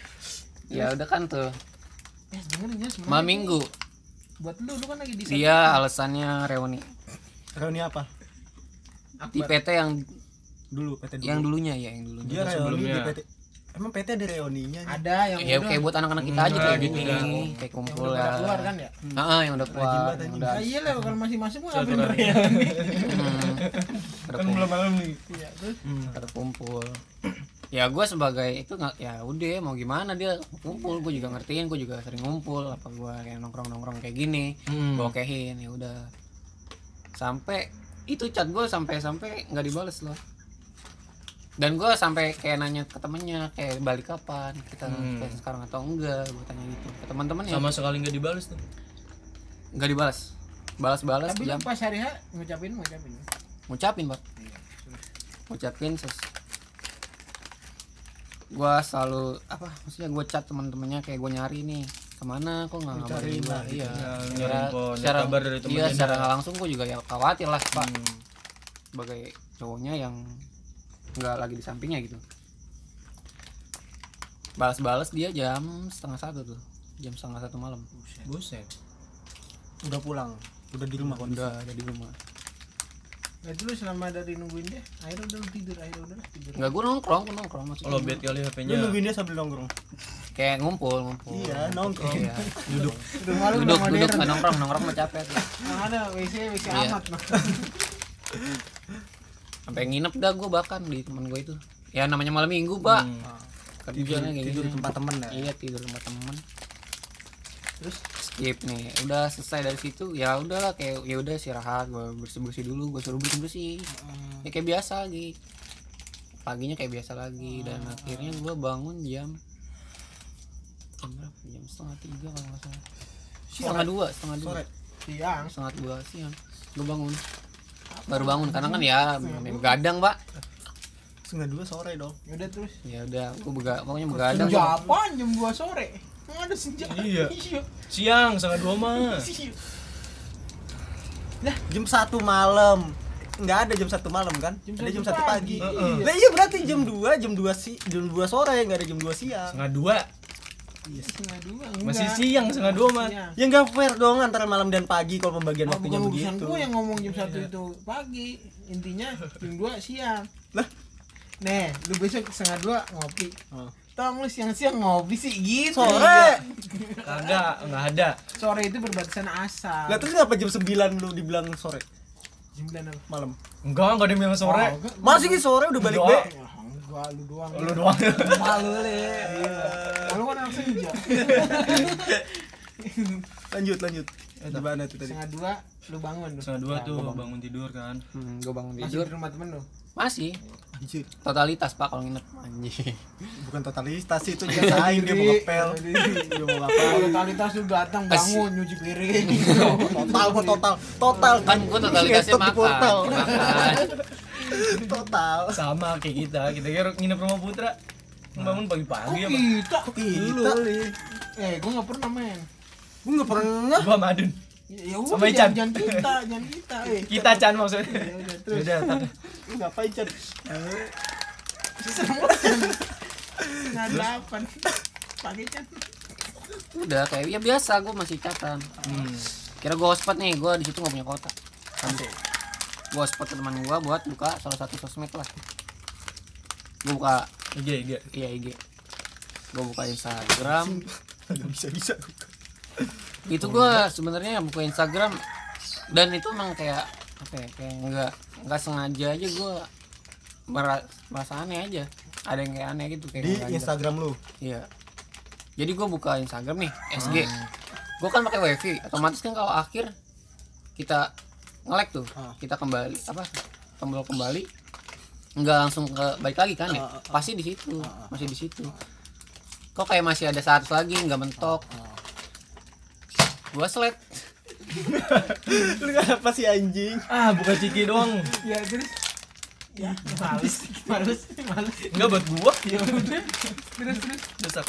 Ya udah kan tuh dengerin ya sebenarnya. malam minggu Buat lu kan lagi di sana. dia alasannya reuni Reuni apa? di PT yang Dulu PT dulu. yang dulunya ya yang dulunya. Dia reuni di sebelumnya. PT. Emang PT ada reuninya? Ada yang Ya udah. kayak buat anak-anak kita aja kayak gitu gini, dah. kayak Yang kumpul udah ya. pada keluar kan ya? Yang udah keluar, banget, yang anjing. udah Ah, iya lah kalau masih masuk mah Siapa ngapain tuh? reuni. pada Kan kumpul. belum malam nih. Iya, terus Pada kumpul. Ya gue sebagai itu nggak, ya udah mau gimana dia kumpul, gue juga ngertiin, gue juga sering ngumpul, apa gue kayak nongkrong kayak gini, gue okehin, ya udah. Sampai itu chat gue sampai nggak dibales loh. Dan gue sampai kayak nanya ke temennya kayak balik kapan kita kayak sekarang atau enggak, gue tanya gitu ke teman-teman ya Sama sekali nggak dibalas tuh. nggak dibalas, balas tapi lu jam pas hari H ngucapin. ngucapin pak, ngucapin gua selalu apa maksudnya gue chat teman-temannya kayak gue nyari nih kemana kok nggak ngabarin gua. Iya nyari info, nyari secara kabar dari iya temennya. secara nggak langsung gue juga ya khawatir lah pak sebagai cowoknya yang nggak lagi di sampingnya gitu. Balas dia jam 12:30 tuh, jam 1:30 malam. Buset. Udah pulang. Udah di rumah kondisi. Udah ada di rumah. Nah itu lu selama dari nungguin dia, akhirnya udah lu tidur, tidur. Nggak, gue nongkrong maksudnya. Kalau bed kali Lu HP-nya. nungguin dia sambil nongkrong. Kayak ngumpul. Iya, nongkrong. Iya. Duduk. Udah malu Duduk udah modern. nggak nongkrong mah capek tuh. Yang ada WC Iya. amat mah. Sampai nginep dah gue bahkan di teman gue itu. Ya namanya malam minggu, Pak. Kerjanya kayak Tidur gitu. di tempat temen ya. Iya, tidur di tempat teman. Terus Skip nih. Udah selesai dari situ, ya udahlah kayak ya udah istirahat, gue bersih-bersih dulu, gue suruh bersih-bersih. Ya kayak biasa lagi. Paginya kayak biasa lagi dan akhirnya gue bangun jam berapa? Jam 2:30 kalau nggak salah. Setengah dua. Sore. siang. 1:30 siang. Gue bangun. Baru bangun karena kan ya begadang, Pak. 1:30 sore dong. Yaudah terus. Ya udah, pokoknya begadang. Senja apaan jam 2 sore? Nggak ada senja. Iya. Siang 1:30 mah. Jam 1 malam. Enggak ada jam 1 malam kan? Jam Ada jam 1 1 pagi. pagi. Lah iya berarti jam 2 jam 2 sore, enggak ada jam 2 siang. 1:30. Setengah dua. Masih enggak. siang 1:30 mah. Siang. Ya enggak fair dong antara malam dan pagi kalau pembagian Oh, waktunya bukan urusan begitu. gue yang ngomong jam 1 itu pagi. Intinya jam 2 siang. Lah, Nih, lu besok 1:30 ngopi. Oh. Tong lu siang-siang ngopi sih gitu. Sore. Kagak, enggak ada. Sore itu berbatasan asar. Lah terus kenapa jam 9 lu dibilang sore? Jam 9 apa? Malam. Enggak ada yang sore. Oh, enggak. Masih ki sore udah balik, Doa. Be. Ya, enggak, lu doang. Lu doang. Malu le. Malu kan anak senja. Lanjut. Gimana tuh tadi? 1:30 lu bangun lu. 1:30 tuh bangun tidur kan. Gue bangun Masih tidur. di rumah temen lu. Masih Anjir, totalitas, Pak, kalau nginep anjing. bukan totalitas itu nyasain dia mau ngepel. Dia mau Kalau ngapel. totalitas lu datang bangun nyuci piring. Total. Kan gue totalitasnya Ngetok di portal. makan. Total. Sama kayak kita kira nginep rumah Putra. Bangun pagi-pagi apa? Kita. Kita. Gua enggak pernah main. Gue nggak pernah. Gua sama Adun. Ya Sama udah Ican. jangan kita. Kita Chan maksudnya. Ya udah terus. Udah, Lu ngapain Chan? Nah, 8 pagi kan. Udah kayak ya biasa, gue masih catatan. Kira gue hotspot nih, gue di situ nggak punya kota. Gue hotspot ke teman gue buat buka salah satu sosmed lah. Gue buka IG. IG. Gue buka Instagram. Nggak bisa. Itu gue sebenarnya buka Instagram dan itu emang kayak apa ya, kayak nggak sengaja aja gue merasa aneh aja. Ada yang kayak aneh gitu kayak Di nggak sengaja. Instagram lu. Iya. Jadi gue buka Instagram nih, SG. Gue kan pakai WiFi, otomatis kan kalau akhir kita nge-lag tuh, kita kembali tombol kembali, nggak langsung ke balik lagi kan ya? Pasti di situ, masih di situ. Kok kayak masih ada 100 lagi nggak mentok? Gue select. Lu kenapa sih anjing? Ah, buka ciki doang. Ya terus. Ya, males. Enggak buat gua. Ya udah. Terus. Desak.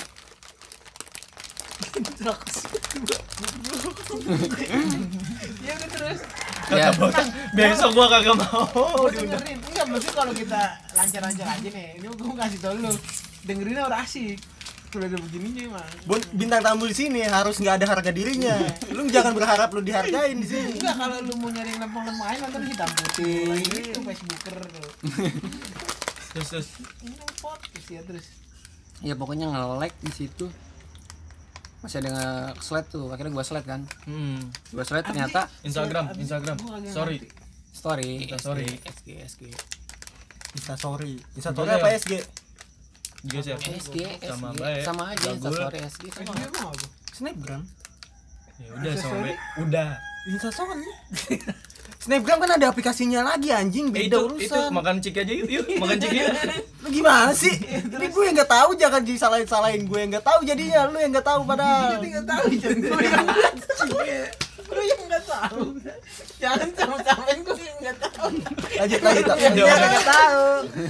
Ya udah terus. Ya, Besok gua kagak mau. Oh, dengerin. Enggak, maksud kalau kita lancar-lancar aja nih. Ini gua kasih tau lu. Dengerinnya udah asik. Udah ada begininya emang. Bintang tamu di sini harus nggak ada harga dirinya. Lu jangan berharap lu dihargain di sini. Enggak, kalau lu mau nyari yang lempeng-lempeng aja nonton hitam putih itu Facebooker tuh. Terus Ini podcast ya terus. Ya pokoknya nge-like di situ. Masih ada nge-slide tuh, akhirnya gua slide kan. Gua slide ternyata Instagram sorry story Sorry. SG Instastory Boleh apa ya? SG? juga siap sama baik. sama aja Gagul. Instastory SG sama. Dia mau apa? Snapgram. Ya udah sampai udah Instastory. Snapgram kan ada aplikasinya lagi anjing, beda itu urusan. makan ciki aja yuk makan ciki yuk. Lu gimana sih? Ini gue yang nggak tahu, jangan disalahin gue yang nggak tahu jadinya, lu yang nggak tahu padahal. Dia nggak tahu jangan gue yang nggak tahu. Lu yang nggak tahu. Jangan sama-samain gue yang nggak tahu. Lanjut. Dia nggak tahu.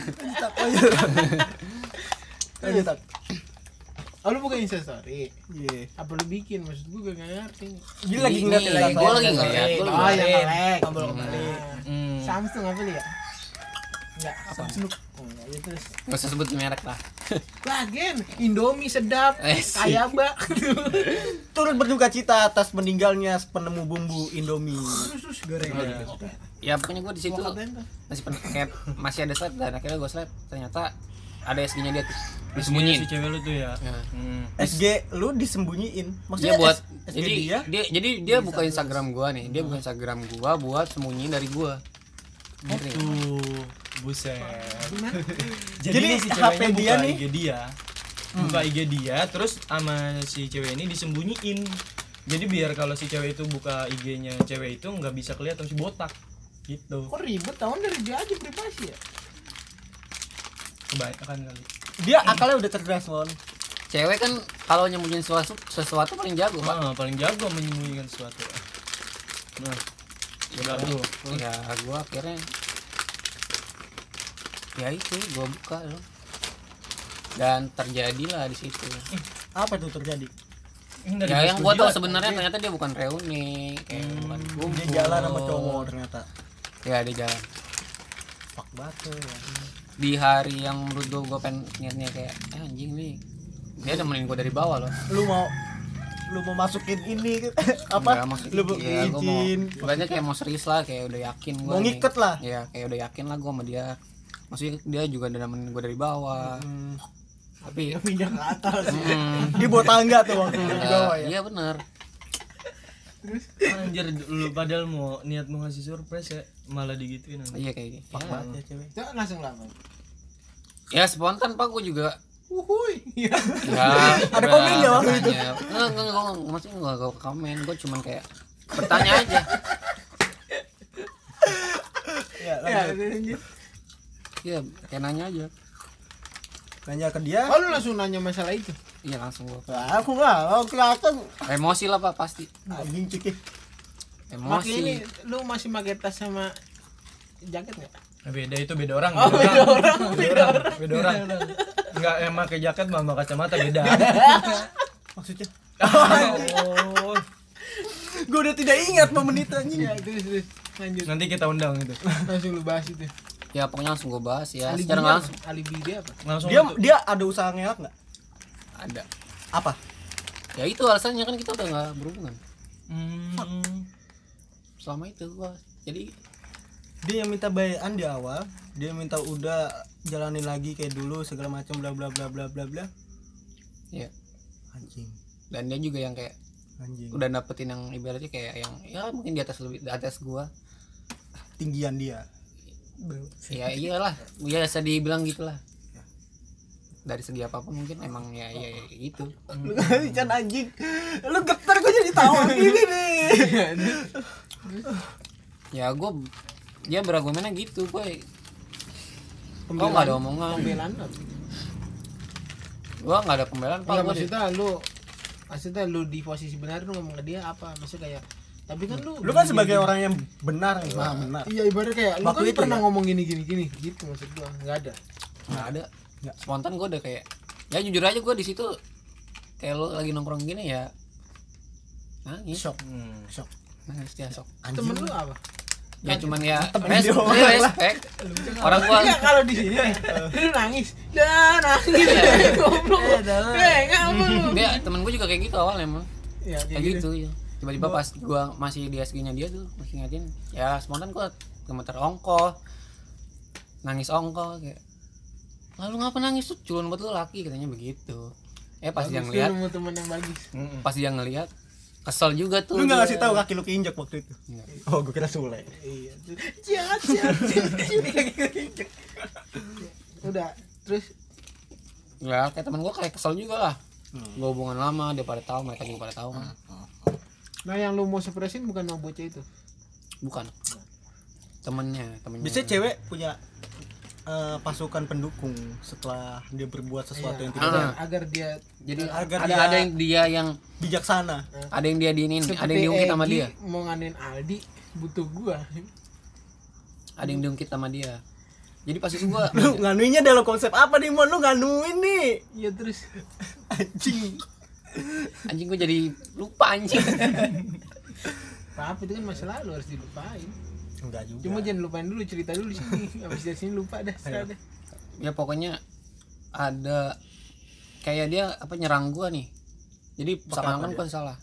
Lanjut. Oh lu bukan Instastory. Iya. Apa lu bikin? Maksud gue gak ngerti. Dia lagi ngeliat Ini, Instastory. gua lagi ngeliat, gua Oh lagi yang ngeliat. nge-like. Tombol kembali. Samsung apa lu ya? Enggak, apa Snoop. Oh, enggak, ya terus. Gak usah sebut merek lah. Lagian Indomie sedap, Sih. kaya bak. Turut berduka cita atas meninggalnya penemu bumbu Indomie. Terus goreng. Ya pokoknya gue di situ Gua katain tuh. masih ada slide dan akhirnya gue slide ternyata ada SG-nya dia tuh, Disembunyiin disembunyiin. si cewek lu tuh ya. Ya. SG lu disembunyiin. Dia Maksudnya buat SG jadi dia buka Instagram gua nih. Dia buka Instagram gua buat sembunyiin dari gua. Ngerti nggak? Tuh, buset. Gimana? Jadi nih si HP ceweknya dia buka nih. IG dia. Buka IG dia terus sama si cewek ini disembunyiin. Jadi biar kalau si cewek itu buka IG-nya cewek itu nggak bisa kelihatan si botak. Gitu. Kok ribet tahun dari dia aja privasi ya? Kebanyakan kali. Dia akalnya udah cerdas, Mon. Cewek kan kalau nyembunyiin sesuatu paling jago, Pak. Paling jago menyembunyikan sesuatu. Nah, udah tuh. Ya gua akhirnya ya itu gua buka loh. Dan terjadilah di situ. Apa tuh terjadi? Ini dari Ya yang gua studio. tahu sebenarnya ternyata dia bukan reuni, kayak bukan kumpul. Dia jalan sama cowok ternyata. Ya dia jalan. Fuck banget tuh ya. Di hari yang menurut gua pengen niatnya kayak anjing nih. Dia nemenin gua dari bawah loh. Lu mau masukin ini apa? Enggak, maksud- Lu mau ya, gua mau izin. ibaratnya kayak mau serius lah, kayak udah yakin gua Mau nih. ngiket lah. Ya kayak udah yakin lah gua sama dia. Maksudnya dia juga udah nemenin gua dari bawah. Tapi Dia pindah ke atas. Di bawah tangga tuh waktu di bawah ya. iya benar. Anjir lu padahal mau niat mau ngasih surprise ya malah digituin nanti. Iya kayak gitu. Fuck Ya, banget ya cewek. Itu langsung lama. ya spontan Pak gua juga. Uhuy. Ya, Ada komen nggak waktu itu? Enggak, maksudnya enggak komen, gua cuman kayak bertanya aja. Ya, Ya, lanjut. Iya, kayak nanya aja. Nanya ke dia. oh lu langsung nanya masalah itu. Iya langsung gua. Lah, aku nggak kelihatan Emosi lah Pak pasti. anjing ciki. Pakai ini Emosi. lu masih pakai tas sama jaket enggak? Beda itu beda orang. Oh, beda orang. Enggak yang pakai jaket sama kacamata beda. Maksudnya? Oh, Gue udah tidak ingat momen itu anjing. Ya, terus lanjut. nanti kita undang itu. Langsung lu bahas itu. Ya pokoknya langsung gua bahas ya. Alibi Secara dia langsung apa? Alibi dia apa? Langsung Dia itu. dia ada usaha ngelak nggak? ada. Apa? Ya itu alasannya kan kita udah nggak berhubungan Hmm, selama itu gua. Jadi Dia yang minta bayaran di awal, dia minta udah jalanin lagi kayak dulu segala macam bla bla bla bla bla bla. ya Anjing. dan dia juga yang kayak Anjing. udah dapetin yang ibaratnya kayak yang ya mungkin di atas gua. Tinggian dia. Ya iyalah, biasa dibilang gitulah. Dari segi apapun mungkin emang ya gitu. Lu kan anjing. Lu getar gue jadi tawa gini nih. Ya gua dia berargumennya gitu, gue. Kok nggak ada omongan? Pembelaan apa? Gua nggak ada pembelaan Pak. Enggak, Gua maksudnya lu di posisi benar lu ngomong ke dia apa? Maksudnya kayak tapi kan Lu kan sebagai orang yang benar, benar. Iya ibarat kayak lu Waktu kan itu pernah ya? ngomong gini gitu maksud gua. Enggak ada. nggak ada. Nggak. Spontan gua udah kayak ya jujur aja gua di situ kayak lu lagi nongkrong gini ya nangis. Shock. hmm. Shock. Nangis dia sok. Anjing. Temen lu apa? Ya cuman ya Temenin dia orang respect. Orang gua Enggak, kalau di sini nih, lu nangis. Dah nangis. Goblok. Enggak apa lu. dia temen gua juga kayak gitu awalnya emang. Ya Kayak gitu ya. Tiba-tiba pas gua masih di SG-nya dia tuh masih ngatin, ya spontan gua gemeter ongkoh. Nangis ongkoh kayak. Lalu ngapa nangis tuh? Culun buat lu laki katanya begitu. Pas dia ngeliat, Lu temen yang bagus. pas dia ngeliat kesel juga tuh. Lu nggak dia. ngasih tahu kaki lu keinjak waktu itu? Nggak. Oh, gue kira Sule. Iya. Ciat. Udah, terus Ya kayak temen gua kayak kesel juga lah. Gua hubungan lama, dia pada tahu, mereka juga pada tahu kan. nah yang lu mau suppressin bukan mau bocah itu. Bukan. Temennya. Biasanya cewek punya pasukan pendukung setelah dia berbuat sesuatu yang tidak baik. agar dia Jadi Agar ada dia- yang dia yang Bijaksana. ada yang dia diinin, ada yang diungkit sama dia. mau nganin Aldi butuh gua. Ada yang diungkit sama dia. Jadi pas itu gua Lu nganuinnya dalam konsep apa nih, Mon? Lu nganuin nih. Iya terus Anjing. anjing gua jadi lupa anjing. apa itu kan masa lalu harus dilupain. Enggak juga. Cuma jangan lupain dulu, cerita dulu di sini. Habis dari sini lupa dah, serah dah. Ya pokoknya ada kayak dia apa nyerang gua nih. Jadi seakan-akan gua salah.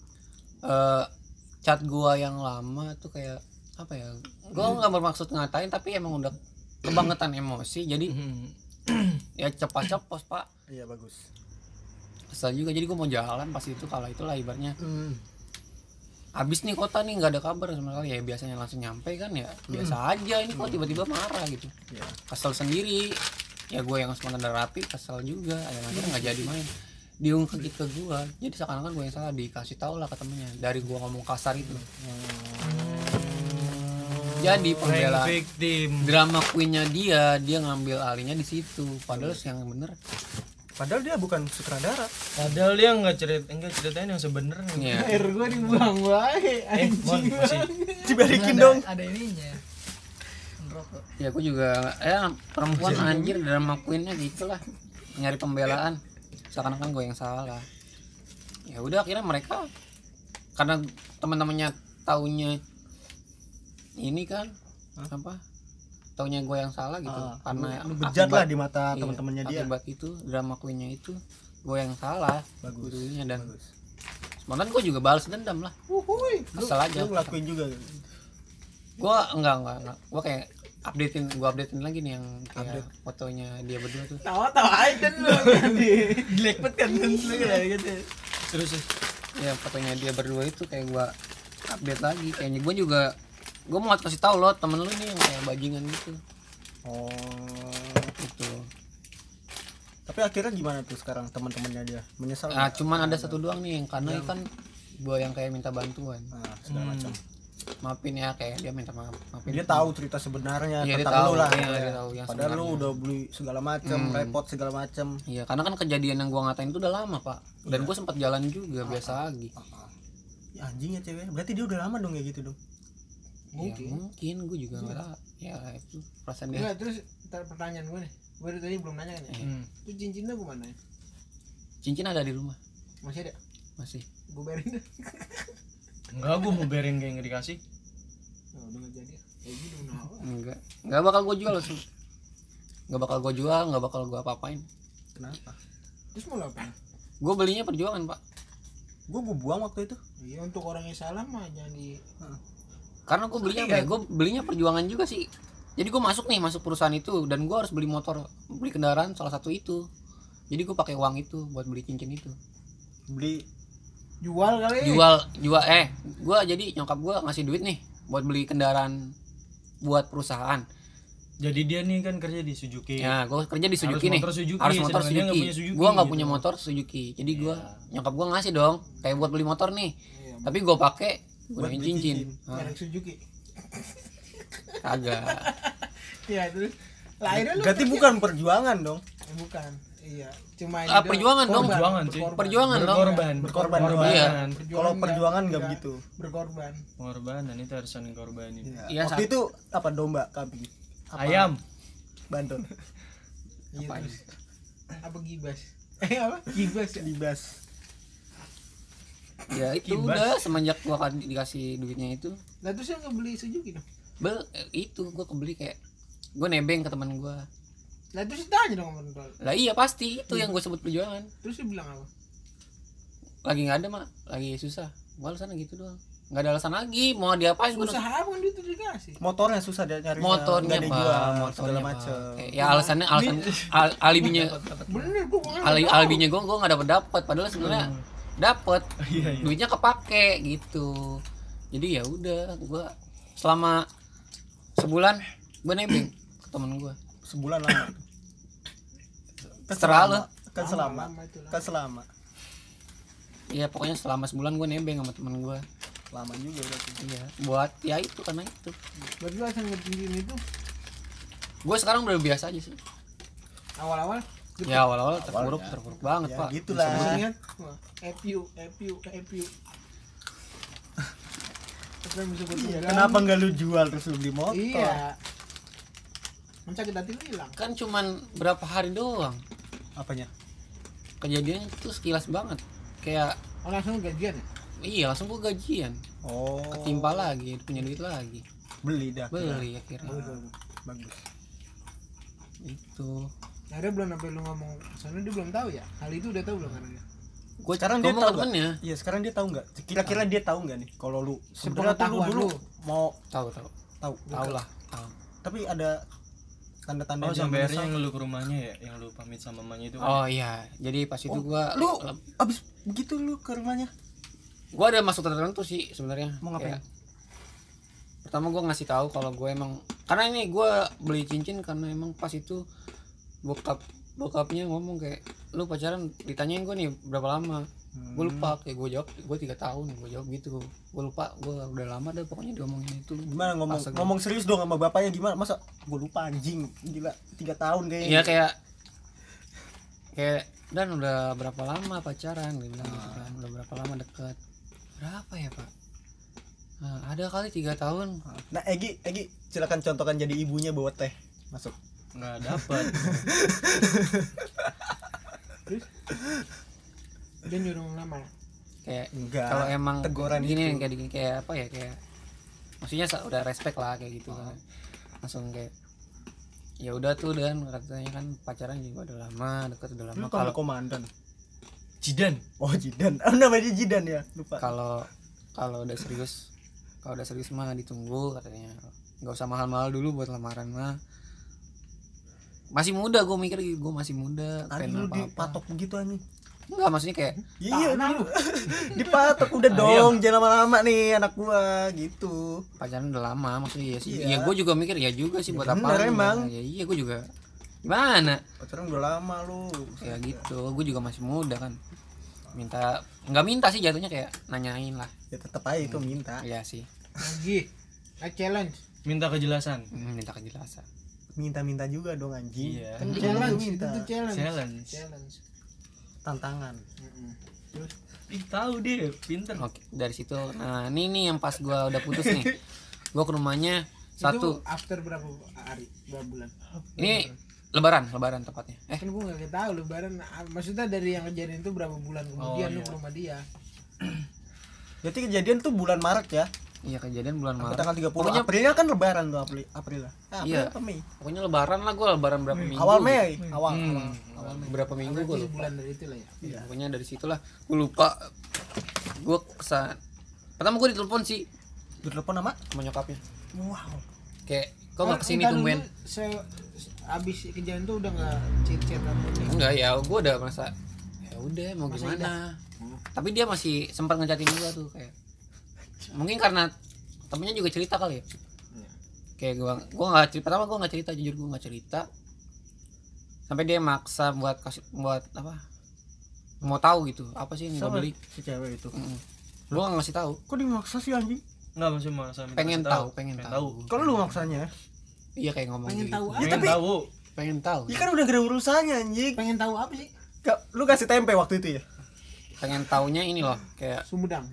Chat gua yang lama tuh kayak apa ya? Gua nggak bermaksud ngatain tapi emang udah kebangetan emosi. Jadi ya cepat-cepos pak. Iya, bagus. Kesel juga, jadi gua mau jalan pas itu, kalau itulah ibaratnya habis nih kota nih nggak ada kabar sama sekali, ya biasanya langsung nyampe kan, ya biasa aja, ini kok tiba-tiba marah gitu. Iya. Kesel sendiri ya, gue yang spontan dan rapi kesel juga, ya akhirnya nggak jadi main, diungkit ke gue, jadi seakan-akan gue yang salah, dikasih tahu lah ke temennya dari gue ngomong kasar itu. Jadi pembela victim. drama queennya dia ngambil alihnya di situ, padahal yang bener Padahal dia bukan sutradara. Padahal dia enggak ceritain yang sebenarnya. ya. Air gua dibuang wae. Mon, masih Dibalikin dong. Ada ininya. Ngerokok. Ya aku juga perempuan anjir, drama queennya gitulah, nyari pembelaan seakan-akan gue yang salah. Ya udah akhirnya mereka karena teman-temannya taunya ini kan apa, taunya gue yang salah gitu, karena lu bejat lah di mata iya, teman-temannya dia. akibat itu drama queennya itu gue yang salah Bagus. dulunya, dan Bagus. spontan gue juga balas dendam lah, Wuhui. kesel aja. Lu ngelakuin juga. Gue enggak gue kayak updatein lagi nih yang kayak fotonya dia berdua tuh. Tawa-tawa aja lu jadi. Jelek banget kan lu kayak gitu. terus Ya fotonya dia berdua itu kayak gua update lagi, kayaknya gua juga mau kasih tahu lo temen lu nih yang kayak bajingan gitu. Oh. Gitu. Tapi akhirnya gimana tuh sekarang teman-temannya dia? Menyesal? Nah, nggak? cuman ada satu doang nih yang karena kan gua yang kayak minta bantuan. Segala macam. Maafin ya, kayak dia minta maaf. Maafin. Dia tahu cerita sebenarnya Iya, dia tentang tahu. lu lah. Iya, dia tahu yang Padahal lu sebenarnya. udah beli segala macam, repot segala macam. Iya, karena kan kejadian yang gua ngatain itu udah lama, Pak. Dan gua sempat jalan juga biasa lagi. Ya, anjing ya cewek. Berarti dia udah lama dong kayak gitu dong. Mungkin gua juga enggak tahu. Ya itu perasaan dia. Enggak, terus ntar pertanyaan gue nih. Gue dari tadi belum nanya kan ya. Itu cincinnya gue mana ya? Cincin ada di rumah. Masih ada? Masih. Gue bayarin dah. enggak, gua mau berin kayak nggak dikasih. Oh, udah nggak jadi. Kayak gitu kenapa? Enggak bakal gua jual tuh. Enggak bakal gua jual, enggak bakal gua apa-apain. Kenapa? Terus mau lo apa? Gue belinya perjuangan, Pak. Gue buang waktu itu. Iya, untuk orang yang salah mah jangan di. Karena gue belinya apa ya? Gue belinya perjuangan juga sih. Jadi gue masuk perusahaan itu, dan gue harus beli motor, beli kendaraan salah satu itu. Jadi gue pakai uang itu buat beli cincin itu. Beli Jual kali. Jual gue jadi nyokap gue ngasih duit nih buat beli kendaraan buat perusahaan. Jadi dia nih kan kerja di Suzuki. Ya, gue kerja di Suzuki nih. motor Suzuki, Harus motor sedangkan dia nggak Suzuki. punya Suzuki Gue nggak gitu. punya motor Suzuki. Jadi gue nyokap gue ngasih dong, kayak buat beli motor nih. Iya, Tapi gue pakai Buat gunain beli cincin. cincin. Hah, merek Suzuki. kagak. Iya, terus lahirnya lu. berarti bukan perjuangan dong. Bukan. Iya, cuma ini Ah, doang. perjuangan dong. Perjuangan sih. Perjuangan dong. Berkorban. Iya. Kalau perjuangan nggak begitu. Berkorban. Pengorbanan itu harus saling korbanin. Iya, Waktu itu apa, domba, kambing, apa, Ayam. banton, Iya, Apaan? terus apa gibas? Apa? Gibas ya? libas. Ya itu Kibas. udah semenjak gua dikasih duitnya itu. Lah terus yang ngebeli Suzuki dong. Itu gue kebeli kayak gue nebeng ke teman gue. Lah terus tanya dong sama temen. Lah iya pasti itu yang gue sebut perjuangan. Terus dia bilang apa? Lagi nggak ada mak, lagi susah. Gue alasan gitu doang. Nggak ada alasan lagi. Mau diapain? Susah apa kan duit udah dikasih? Motornya susah dia nyari. Motornya pak, segala macam. Ya alasan alibinya, Bener gua alibinya gue nggak dapet. Padahal sebenarnya dapet. Iya. Duitnya kepake gitu. Jadi ya udah, gue selama sebulan gue nebeng ke temen gue. Sebulan lama. Terserah lo. Kan selama. lama itu lah. Kan selama. Iya pokoknya selama sebulan gue nebeng sama temen gue. Lama juga berarti. Iya. Buat ya itu karena itu. Berarti lu asal ngetinggiin itu Gue sekarang udah biasa aja sih. awal-awal Ya awal-awal terpuruk banget Ya pak. gitulah. kan? Wah, FU. Apa yang bisa gua Iya, tunggang? kenapa enggak lu jual terus lu beli motor? Iya. Mencak kita lu hilang. Kan cuman berapa hari doang. Apanya? Kejadiannya tuh sekilas banget. Kayak Oh langsung gajian ya? iya langsung gue gajian. Oh. Ketimpa lagi, punya duit lagi. Beli dah. Beli akhirnya. Bagus. Itu. Akhirnya belum sampai lu ngomong sana dia belum tahu ya? Hal itu udah tahu belum kan dia? Gue Sekarang dia ngomong tahu ke temennya. Iya, sekarang dia tahu nggak? Kira-kira dia tahu nggak nih kalau lu sebenarnya tuh lu Sepengetahuan dulu lu. mau Tahu. tahu. Tahu lah. Tahu. Tapi ada tanda-tanda Oh dia sampai akhirnya menyesal. yang lu ke rumahnya ya, yang lu pamit sama mamanya itu. Oh iya, jadi pas itu gua lu abis begitu lu ke rumahnya ada maksud tertentu sih sebenarnya. mau ngapain? Kayak, pertama gua ngasih tahu kalau gue emang karena ini gua beli cincin karena emang pas itu bokapnya ngomong kayak lu pacaran, ditanyain gue nih berapa lama. Gue lupa, kayak gue jawab gue 3 tahun, gue jawab gitu. Gue lupa, gue udah lama dah pokoknya diomongin itu. Gimana ngomong Astaga. ngomong serius dong sama bapaknya gimana? Masa gue lupa anjing, gila 3 tahun kayaknya. Iya kayak dan udah berapa lama pacaran, dia bilang gitu kan. Udah berapa lama deket? Berapa ya pak? Nah, ada kali 3 tahun. Nah Egi silakan contohkan jadi ibunya bawa teh masuk. Nggak dapat. Dia nyuruh ngelamar. Kayak Enggak. kalau emang teguran gini gitu. kayak apa ya, kayak maksudnya udah respect lah kayak gitu kan. Langsung kayak ya udah tuh, dan katanya kan pacaran juga udah lama, deket udah lama. Lu kalau komandan. Jidan. Oh Jidan. Oh namanya Jidan ya, lupa. Kalau udah serius mah ditunggu katanya. Nggak usah mahal-mahal dulu buat lamaran mah. Masih muda, gue mikir gue masih muda. Tadi pengen lu apa-apa. dipatok begitu anjing. Enggak, maksudnya kayak Iya lu dipatok udah dong, jangan lama-lama nih anak gua gitu. pacaran udah lama maksudnya. Iya sih. Iya. Iya, gue juga mikir ya juga sih, Ya buat bener apa. emang. Ya iya, gue juga gimana? Pacaran udah lama lu. Ya gitu, gue juga masih muda kan. Nggak minta sih jatuhnya, kayak nanyain lah. Ya tetap aja itu minta. Iya sih. Lagi. Challenge. Minta kejelasan. Minta kejelasan. Minta juga dong anjing. Iya. Kan Challenge itu minta. tuh challenge. Challenge. Tantangan. Ih tahu dia, pinter. Oke, dari situ. Nah, ini nih yang pas gua udah putus nih. Gua ke rumahnya Itu satu. after berapa hari? Berapa bulan? Ini lebaran tepatnya. Kan gue nggak tahu lebaran. Maksudnya dari yang kejadian itu berapa bulan kemudian lu iya. ke rumah dia? Berarti kejadian tuh bulan Maret ya. Iya, kejadian bulan Sampai Maret. tanggal 30. Pokoknya Aprilnya kan lebaran tuh April lah. Iya. Apa Mei? pokoknya lebaran lah, gua lebaran berapa minggu. Awal gitu. Mei, awal. Berapa minggu gua Berarti lupa. bulan dari itu lah ya. Iya. Pokoknya dari situlah gua lupa. Gua kesan. Pertama gua ditelepon sih Ditelepon sama? sama nyokapnya. Wow. Kayak kok nggak kesini Entar tumben? dulu, abis kejadian itu udah nggak chat apa nih? Enggak ya, gue udah merasa ya udah mau Masa gimana. Tapi dia masih sempat ngechatin juga tuh, kayak mungkin karena temennya juga cerita kali ya. Kayak gua nggak cerita, pertama gua nggak cerita, jujur gua nggak cerita. Sampai dia maksa buat apa? Mau tahu gitu, apa sih yang gua Sama beli? si cewek itu. Gua nggak ngasih tahu. Kok dimaksa sih anjing? Enggak maksud masa minta Pengen kasih tahu, pengen tahu. Kalau lu maksanya? Iya kayak ngomong Pengen gitu. tahu apa? Ya, Pengen tapi- tahu. Pengen tahu. Ya kan udah gak ada urusannya anjing. Pengen tahu apa sih? Lu kasih tempe waktu itu ya? Pengen taunya ini loh, kayak Sumedang.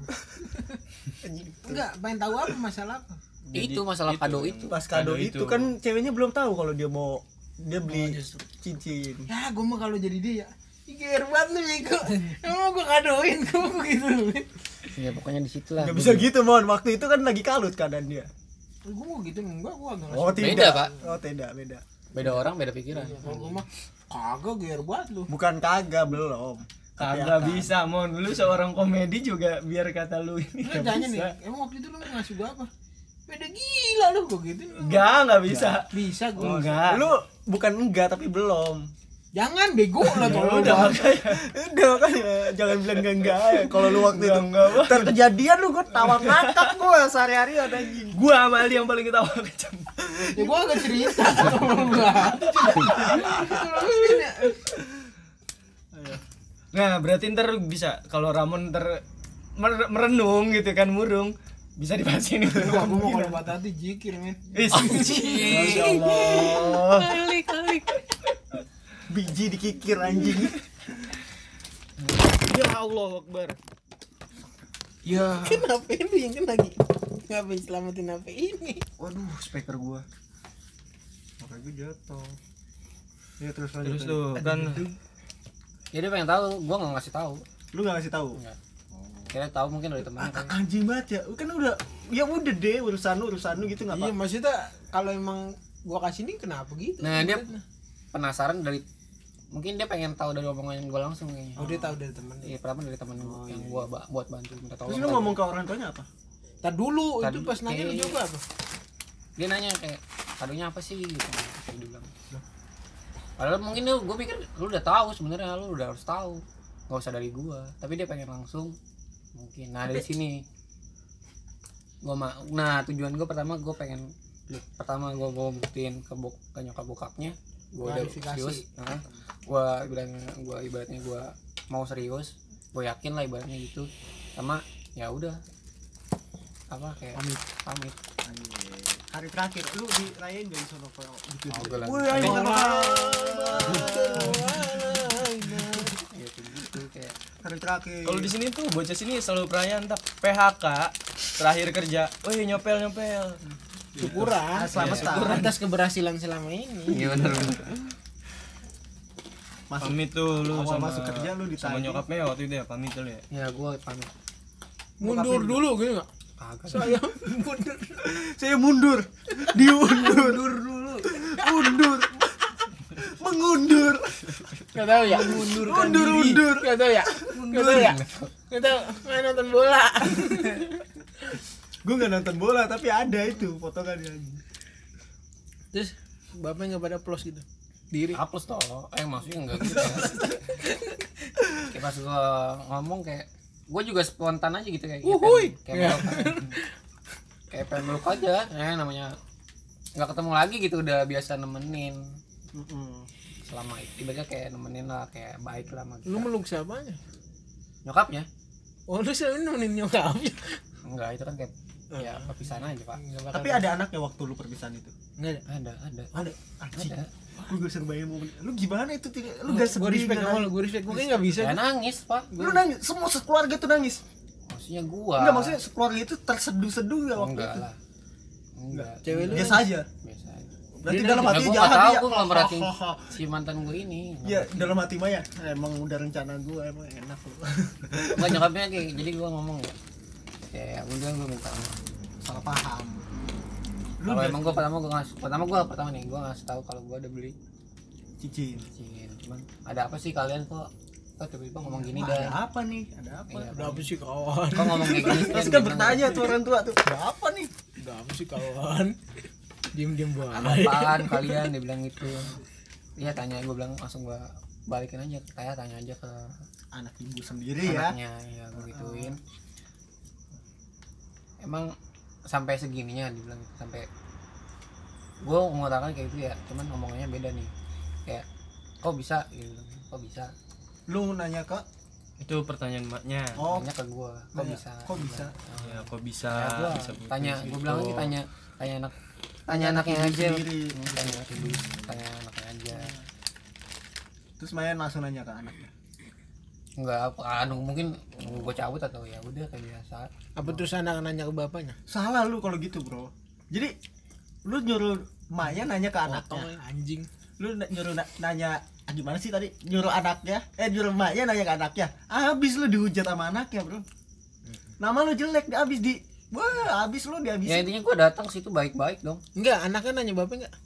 Enggak, pengen tahu apa masalah apa? itu masalah kado itu. Pas kado itu kan ceweknya belum tahu kalau dia beli cincin. Ya, gue mah kalau jadi dia ya. Iger banget lu Miko. Emang gue kadoin gue gitu. Ya pokoknya di situ lah. Gak bisa gitu mon, waktu itu kan lagi kalut keadaan dia. Gua mau gitu enggak, gua agak Oh ngasih. tidak. Pak. Oh tidak, beda. Beda orang beda pikiran. Kalau gua mah kagak gear buat lu. Bukan kagak, belum. Tapi Kagak akan. bisa, Mon. Lu seorang komedi juga biar kata lu ini Lu nggak tanya bisa. nih, emang waktu itu lu ngasih gua apa? Beda gila lu kok gitu. Nggak bisa. Bisa gua. Enggak. Lu bukan enggak tapi belum. Jangan bego lah tolong. Udah makanya. Udah makanya jangan bilang enggak ya. Kalau lu waktu itu Enggak, Pak. terkejadian lu gua tawa ngakak gua sehari-hari ada anjing. Gua sama Ali yang paling ketawa kenceng. Ya gua agak cerita sama gua. Nah, berarti ntar bisa kalau Ramon merenung gitu kan, murung, bisa dipasin itu. Gua mau kalau patah hati jikir men. Masya Allah. Kali. Biji dikikir anjing. Ya Allah Akbar. Ya. Kenapa ini yang kena lagi? Ngapain selamatin HP ini? Waduh, speaker gua. Makanya gua jatuh. Ya terus lanjut. Terus tuh kan Ya dia pengen tahu, gua enggak ngasih tahu. Lu enggak ngasih tahu. Enggak. Kira tahu mungkin dari temannya kan. Anjing banget ya. Kan udah ya udah deh urusan lu gitu enggak Iya apa. maksudnya kalau emang gua kasih ini kenapa gitu? Nah, dia penasaran dari mungkin dia pengen tahu dari omongan gua langsung kayaknya. Oh dia tahu dari temen. Iya, pertama dari temen gua yang gua buat bantu minta tolong. Terus lu ngomong ke orang tuanya apa? Tar dulu Tadi itu pas nanya lu kayak- jawab apa? Dia nanya kayak kadonya apa sih gitu. Kayak dia bilang. Padahal mungkin gue pikir lu udah tahu sebenarnya, lu udah harus tahu. Gak usah dari gua, tapi dia pengen langsung mungkin. Nah, dari sini nah tujuan gua pertama gua pengen gua buktiin ke nyokap bokapnya gua udah Klarifikasi. serius. Nah, gua ibaratnya gua mau serius, gua yakin lah ibaratnya gitu. Sama ya udah apa kayak pamit. Hari terakhir lu dirayain gak di sono kalau gitu. Gua lah. Wih, ayo Ya kayak gitu kayak hari terakhir. kalau di sini tuh bocah sini selalu perayaan tak PHK terakhir kerja. Wih, nyopel. Syukuran. Selamatan. Atas keberhasilan selama ini. iya benar. Masuk Pamit tuh lu awal sama masuk kerja lu sama ditagih. nyokapnya waktu itu ya, pamit tuh ya. Ya gua pamit. Mundur dulu gitu enggak? Kagak. Saya mundur. Saya mundur. Diundur dulu. Mengundur. Enggak tahu ya. Undur. Enggak tahu ya. Enggak tahu ya. Enggak tahu. Main nonton bola. Gue gak nonton bola tapi ada itu potongannya. Terus bapaknya enggak pada plus gitu. Diri. Hapus toh. Maksudnya enggak gitu. Kayak pas gua ngomong kayak gua juga spontan aja gitu kayak Uhuy. kayak pengen meluk aja. Namanya nggak ketemu lagi gitu, udah biasa nemenin selama itu. Ibaratnya kayak nemenin lah, kayak baik lah sama Lu kita. meluk siapanya? Nyokapnya? Oh lu selalu nemenin nyokapnya. Enggak, itu kan kayak ya perpisahan aja, Pak. Tapi ada anaknya waktu lu perpisahan itu. Enggak ada. Ada. Anjing. Ada. Gue gak bisa bayangin momen. Lu gimana itu? Lu gak Gue sedih respect gak sama lu, nangis? gue respect. Gue nggak bisa. Ya nangis, Pak. Lu nangis, semua sekeluarga tuh nangis. Maksudnya gua. Enggak, maksudnya sekeluarga itu terseduh-seduh ya waktu enggak itu. lah. Enggak. Cewek lu Biasa aja. Biasa aja. Berarti Dia dalam Ya, hati gua jahat nggak tahu, ya. gua nggak merhatiin Hahaha. si mantan gue ini. Ya dalam hati mah ya emang udah rencana gue emang enak lu. Enggak, nyokapnya kayak jadi gua ngomong ya. Kayak udah gua minta maaf. Salah paham. Kalau emang gua pertama nih gua ngasih tahu kalau gua udah beli cicin. cincin. Cuman ada apa sih kalian kok tiba-tiba ngomong gini Wah, dah. ada apa nih? Ada apa? Iya, Udah apa sih kawan? Kok ngomong kayak gini? Terus kan bertanya tuh orang tua tuh, ada apa nih? Udah apa sih kawan? Diem buat. Apaan kalian, dia bilang gitu. Iya, tanya, gua bilang langsung gua balikin aja, kayak tanya aja ke Anak ibu sendiri ya. anaknya, ya gua gituin. Emang sampai segininya dibilang gitu, sampai gue mengatakan kayak gitu ya, cuman ngomongnya beda nih, kayak kok bisa gitu, kok bisa, Lu nanya ke Itu pertanyaan maknya. oh, tanya ke gue, kok nanya, bisa, kok bisa? Ya, kok bisa? ya, gua bisa putus tanya, gue gitu. bilang lagi tanya anaknya ibu aja, sendiri. tanya anaknya aja, Terus Maya langsung nanya ke anaknya. enggak apa, mungkin gue cabut atau ya udah kayak biasa. Apa terus anak nanya ke bapaknya? Salah lu kalau gitu, Bro. Jadi lu nyuruh Maya nanya ke Potong anaknya. anjing. Lu nyuruh nanya gimana sih tadi? Nyuruh anaknya, nyuruh Maya nanya ke anaknya. Habis lu dihujat sama anaknya, Bro. Nama lu jelek, habis Wah, habis lu Ya dihabisin. intinya gue datang situ baik-baik dong. Enggak, anaknya nanya bapaknya enggak?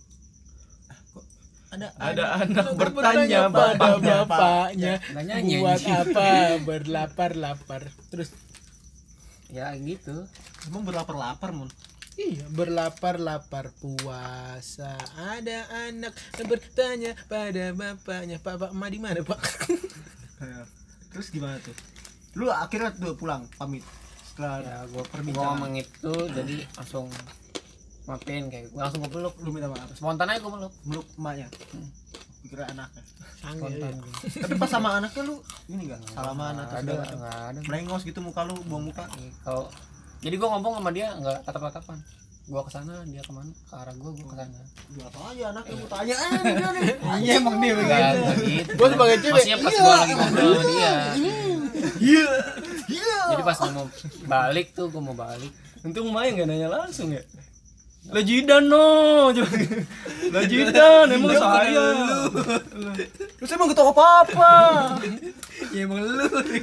Ada anak bertanya pada bapaknya. bapaknya Nggak nyanyi, buat anjing. apa berlapar-lapar. Terus Ya gitu. Emang berlapar-lapar, Mun. iya, berlapar-lapar puasa. Ada anak bertanya pada bapaknya, Pak emak di mana, Pak? Terus gimana tuh? Lu akhirnya tuh pulang pamit setelah Ya gue perbincangan. ngomong itu jadi langsung maafin kayak gue langsung gue peluk. Lu minta maaf. Spontan aja gue peluk. Meluk emaknya. Kira anaknya. Sange. Spontan. Tapi pas sama anaknya lu ini enggak salaman atau Ada segala macam. nggak ada. Melengos gitu muka lu, buang muka. Kalau jadi gue ngomong sama dia nggak tatap-tatapan. Gue kesana, dia kemana? Ke arah gue kesana. Lu apa aja anaknya lu tanya dia nih. Iya emang dia Enggak gitu. Gua sebagai cewek, Maksudnya pas gue lagi ngobrol sama dia. Iya. Iya. Jadi pas gue mau balik tuh, gue mau balik. Untung Maya nggak nanya langsung ya. Lajidan no, Lajidan emang saya. Lu saya emang gak tau apa-apa. Ya emang lu.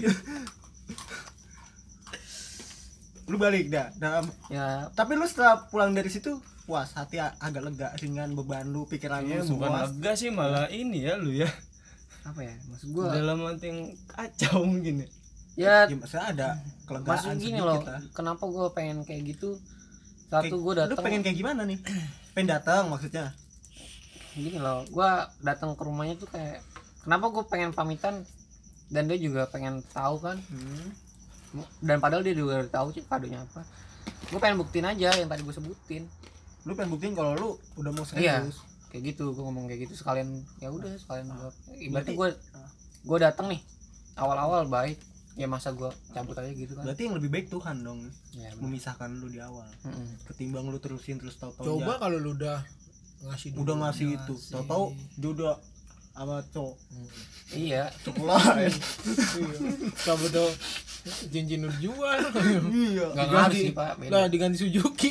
Lu balik dah. Ya Tapi lu setelah pulang dari situ puas, hati agak lega dengan beban lu, pikiran Ya lu bukan semua. lega sih, malah ini ya lu ya. apa ya? Maksud gue. Dalam hati yang kacau mungkin ya. Ya Ya, maksudnya ada kelegaan maksud gini sedikit loh. lah. Kenapa gue pengen kayak gitu? Satu gue Lu datang. pengen kayak gimana nih? Pengen datang maksudnya. Gini loh, gua datang ke rumahnya tuh kayak kenapa gue pengen pamitan dan dia juga pengen tahu kan, dan padahal dia juga udah tahu sih kadonya apa. Gue pengen buktiin aja yang tadi gue sebutin. Lu pengen buktiin kalau lu udah mau Iya, serius. kayak gitu. Gue ngomong kayak gitu sekalian, ya udah sekalian buat ibaratnya Berarti- gue datang nih awal-awal baik, ya masa gue cabut aja gitu kan. Berarti yang lebih baik Tuhan dong Ya, bener. memisahkan lu di awal. Mm-mm. Ketimbang lu terusin terus tahu-tahu coba kalau lu udah ngasih udah ngasih itu, tahu-tahu dia udah sama cowok Iya, lain. coba tuh cincin lu jual. Iya. nggak ngaruh sih pak, beda. Lah diganti Suzuki.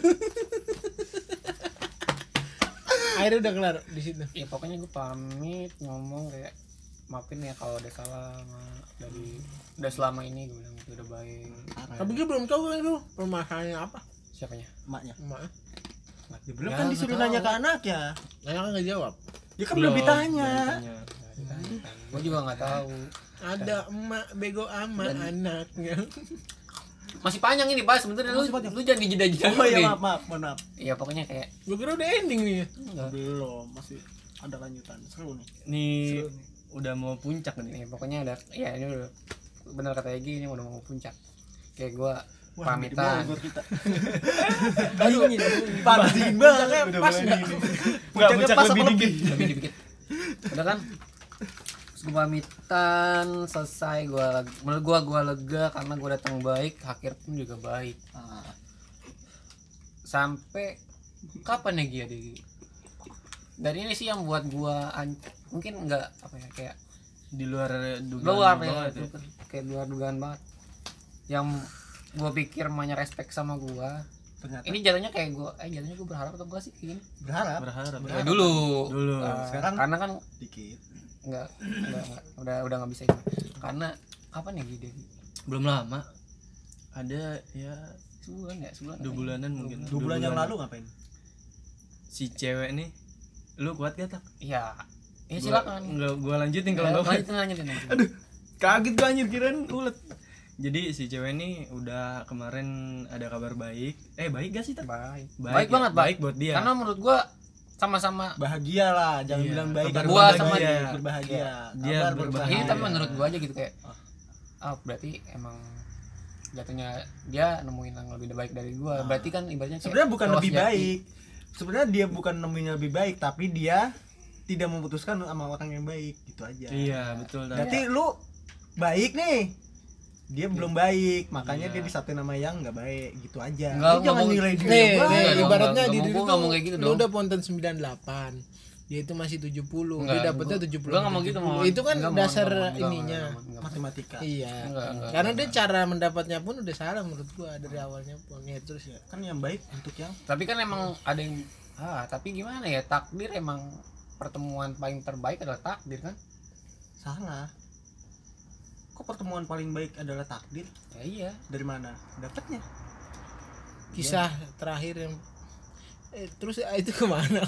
Akhirnya udah kelar di situ. Ya pokoknya gue pamit ngomong kayak maafin ya kalau ada salah dari udah selama ini gue bilang itu udah baik. Tapi gue belum tahu kan lu permasalahannya apa. Siapanya? Emaknya. Emak, Ya, belum Ya, kan nggak disuruh tahu. nanya ke anaknya. nanya kan nggak jawab. Ya kan belum ditanya. Gue juga nggak tahu. Ada emak bego ama anaknya. Masih panjang ini bahas sebenarnya lu Masih panjang. lu jangan dijeda-jeda Oh dulu ya nih. maaf, mohon maaf. Iya pokoknya kayak Gue kira udah ending nih. enggak. Belum, masih ada lanjutan. Seru nih. Nih udah mau puncak nih. Nih pokoknya ada ya ini udah benar kata Egi ini udah mau puncak. Kayak gue Wah, pamitan. di Bogor kita. Aduh, Pancing banget. Udah Pas mulai enggak? gini. Puncaknya puncak pas lebih apa dikit. lebih? Lebih dikit. Udah kan? Terus gue pamitan selesai menurut gue lega karena gue datang baik, akhir pun juga baik. Ah, Sampai kapan ya Gia Degi? Dan ini sih yang buat gua mungkin enggak apa ya kayak Di luar dugaan luar ya, banget ya. kayak luar dugaan banget. Yang gua pikir emaknya respect sama gua. ternyata Ini jatuhnya kayak gua jatuhnya gua berharap atau enggak sih kayak gini? berharap Berharap. Ya dulu. Dulu. Sekarang? Karena kan dikit. enggak udah enggak bisa itu. Karena kapan ya Gia Degi? Belum lama. Ada ya Sebulan ya, sebulan. 2 bulanan mungkin. 2 bulan yang lalu ngapain? Si cewek nih, lu kuat gak tak? Iya. Ya silakan. Enggak, gua lanjutin Ya, kalau enggak. lanjutin. Aduh, kaget gua anjir kirain ulet. Jadi si cewek nih udah kemarin ada kabar baik. Baik gak sih tak? Baik. Baik Baik ya? banget, Baik buat dia. Karena menurut gua sama-sama Bahagia lah, jangan Iya, bilang baik. kabar kan gua berbahagia, sama dia. berbahagia. Dia Kabar berbahagia. ini tapi Iya. menurut gua aja gitu kayak berarti emang jatuhnya dia nemuin yang lebih baik dari gua. Berarti kan ibaratnya kayak Sebenarnya bukan cowok lebih sejati. baik. Sebenarnya dia bukan nemuin lebih baik, tapi dia tidak memutuskan sama orang yang baik, gitu aja. Iya, betul. Tak? Berarti lu baik nih. Dia belum baik, makanya Iya. dia disatuin nama yang nggak baik, gitu aja. Nggak, Lu jangan ngomong- nilai dia Nih, baik. Enggak dong, ibaratnya nggak di mau diri gua tuh ngomong kayak gitu lu dong. udah ponten 98. Dia itu masih 70. Enggak, Dia dapetnya gua- 70. gua nggak mau gitu, 70. mau. Itu kan Enggak mau, dasar enggak mau, ininya. enggak mau. Matematika. Iya. Enggak, Karena dia cara mendapatnya pun udah salah menurut gua dari awalnya pun. Ya terus ya. Kan yang baik untuk yang Tapi kan emang ada yang tapi gimana ya, takdir emang pertemuan paling terbaik adalah takdir kan? salah. Kok pertemuan paling baik adalah takdir? Ya iya. Dari mana dapatnya? kisah terakhir yang terus itu kemana?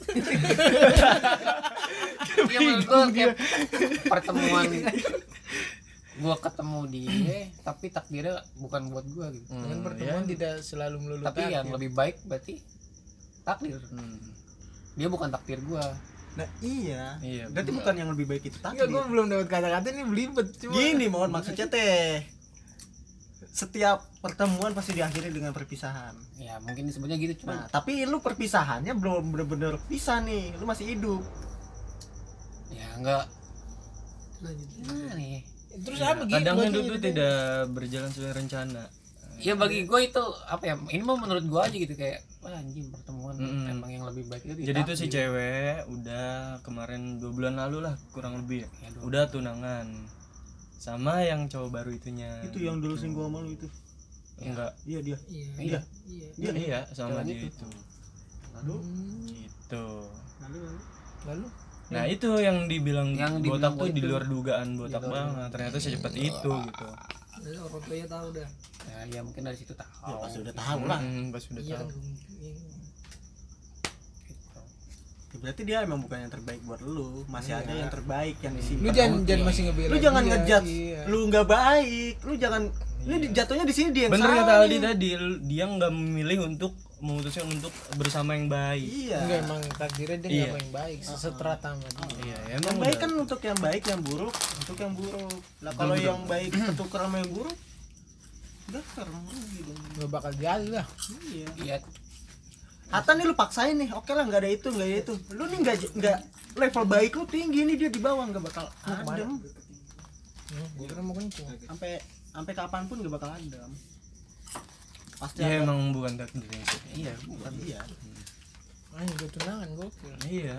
Iya menurut gua kayak pertemuan gua ketemu dia tapi takdirnya bukan buat gua gitu. Dengan pertemuan tidak selalu melulu Tapi yang lebih baik berarti takdir. Dia bukan takdir gua. Nah iya, Iya, berarti bukan yang lebih baik itu Enggak, takdir. gue belum dapat kata-kata ini belibet cuma. Gini mohon maksudnya teh, setiap pertemuan pasti diakhiri dengan perpisahan. Ya mungkin disebutnya gitu Nah, cuma tapi lu perpisahannya belum bener-bener pisah nih, lu masih hidup. ya enggak. Nah, nih. Terus Ya, apa gitu? kadang aja hidup tuh gitu. tidak berjalan sesuai rencana. Ya bagi gue itu apa ya? Ini mah menurut gue aja gitu kayak wah anjing pertemuan Mm-mm. emang yang lebih baik itu. Jadi tuh si takdir. cewek udah kemarin 2 bulan lalu lah kurang lebih ya. Ya, Udah tunangan sama yang cowok baru itunya. Itu yang dulu singgung sama lu itu. Enggak. Iya dia. Iya. Iya. Iya. Iya, sama Cewek dia itu. itu. Lalu Gitu. Lalu Nah, itu yang dibilang Yang botak dibilang tuh itu. di luar dugaan botak banget. Ternyata secepat itu gitu. Jadi orang tuanya tahu dah. Ya mungkin dari situ tahu. Ya pasti udah tahu lah. Pas udah Iya tahu. kan. Ya, berarti dia emang bukan yang terbaik buat lu. Masih ada yang terbaik yang di sini. lu jangan masih ngebela. Lu jangan dia, ngejudge. iya. Lu nggak baik. Lu jangan ini jatuhnya di sini dia yang Bener salah kata Aldi nih. tadi, dia nggak memilih untuk memutuskan untuk bersama yang baik. Iya. Enggak emang takdirnya dia Iya. enggak yang baik, seterata sama dia. Iya, Yang emang baik udah. kan untuk yang baik, yang buruk untuk yang buruk. Lah kalau yang baik ketukar sama yang buruk, udah sekarang lagi dong. Enggak bakal jadi lah. Iya. Iya. Hatta nih lu paksain nih, oke lah nggak ada itu, nggak ada itu. Lu nih nggak level baik lu tinggi nih, dia di bawah nggak bakal adem. Gua kira mau kencing. Sampai kapanpun nggak bakal adem. Pasti Ya ada. emang bukan takdir itu. Iya, bukan. Iya. Anjing gua tunangan gokil. Iya.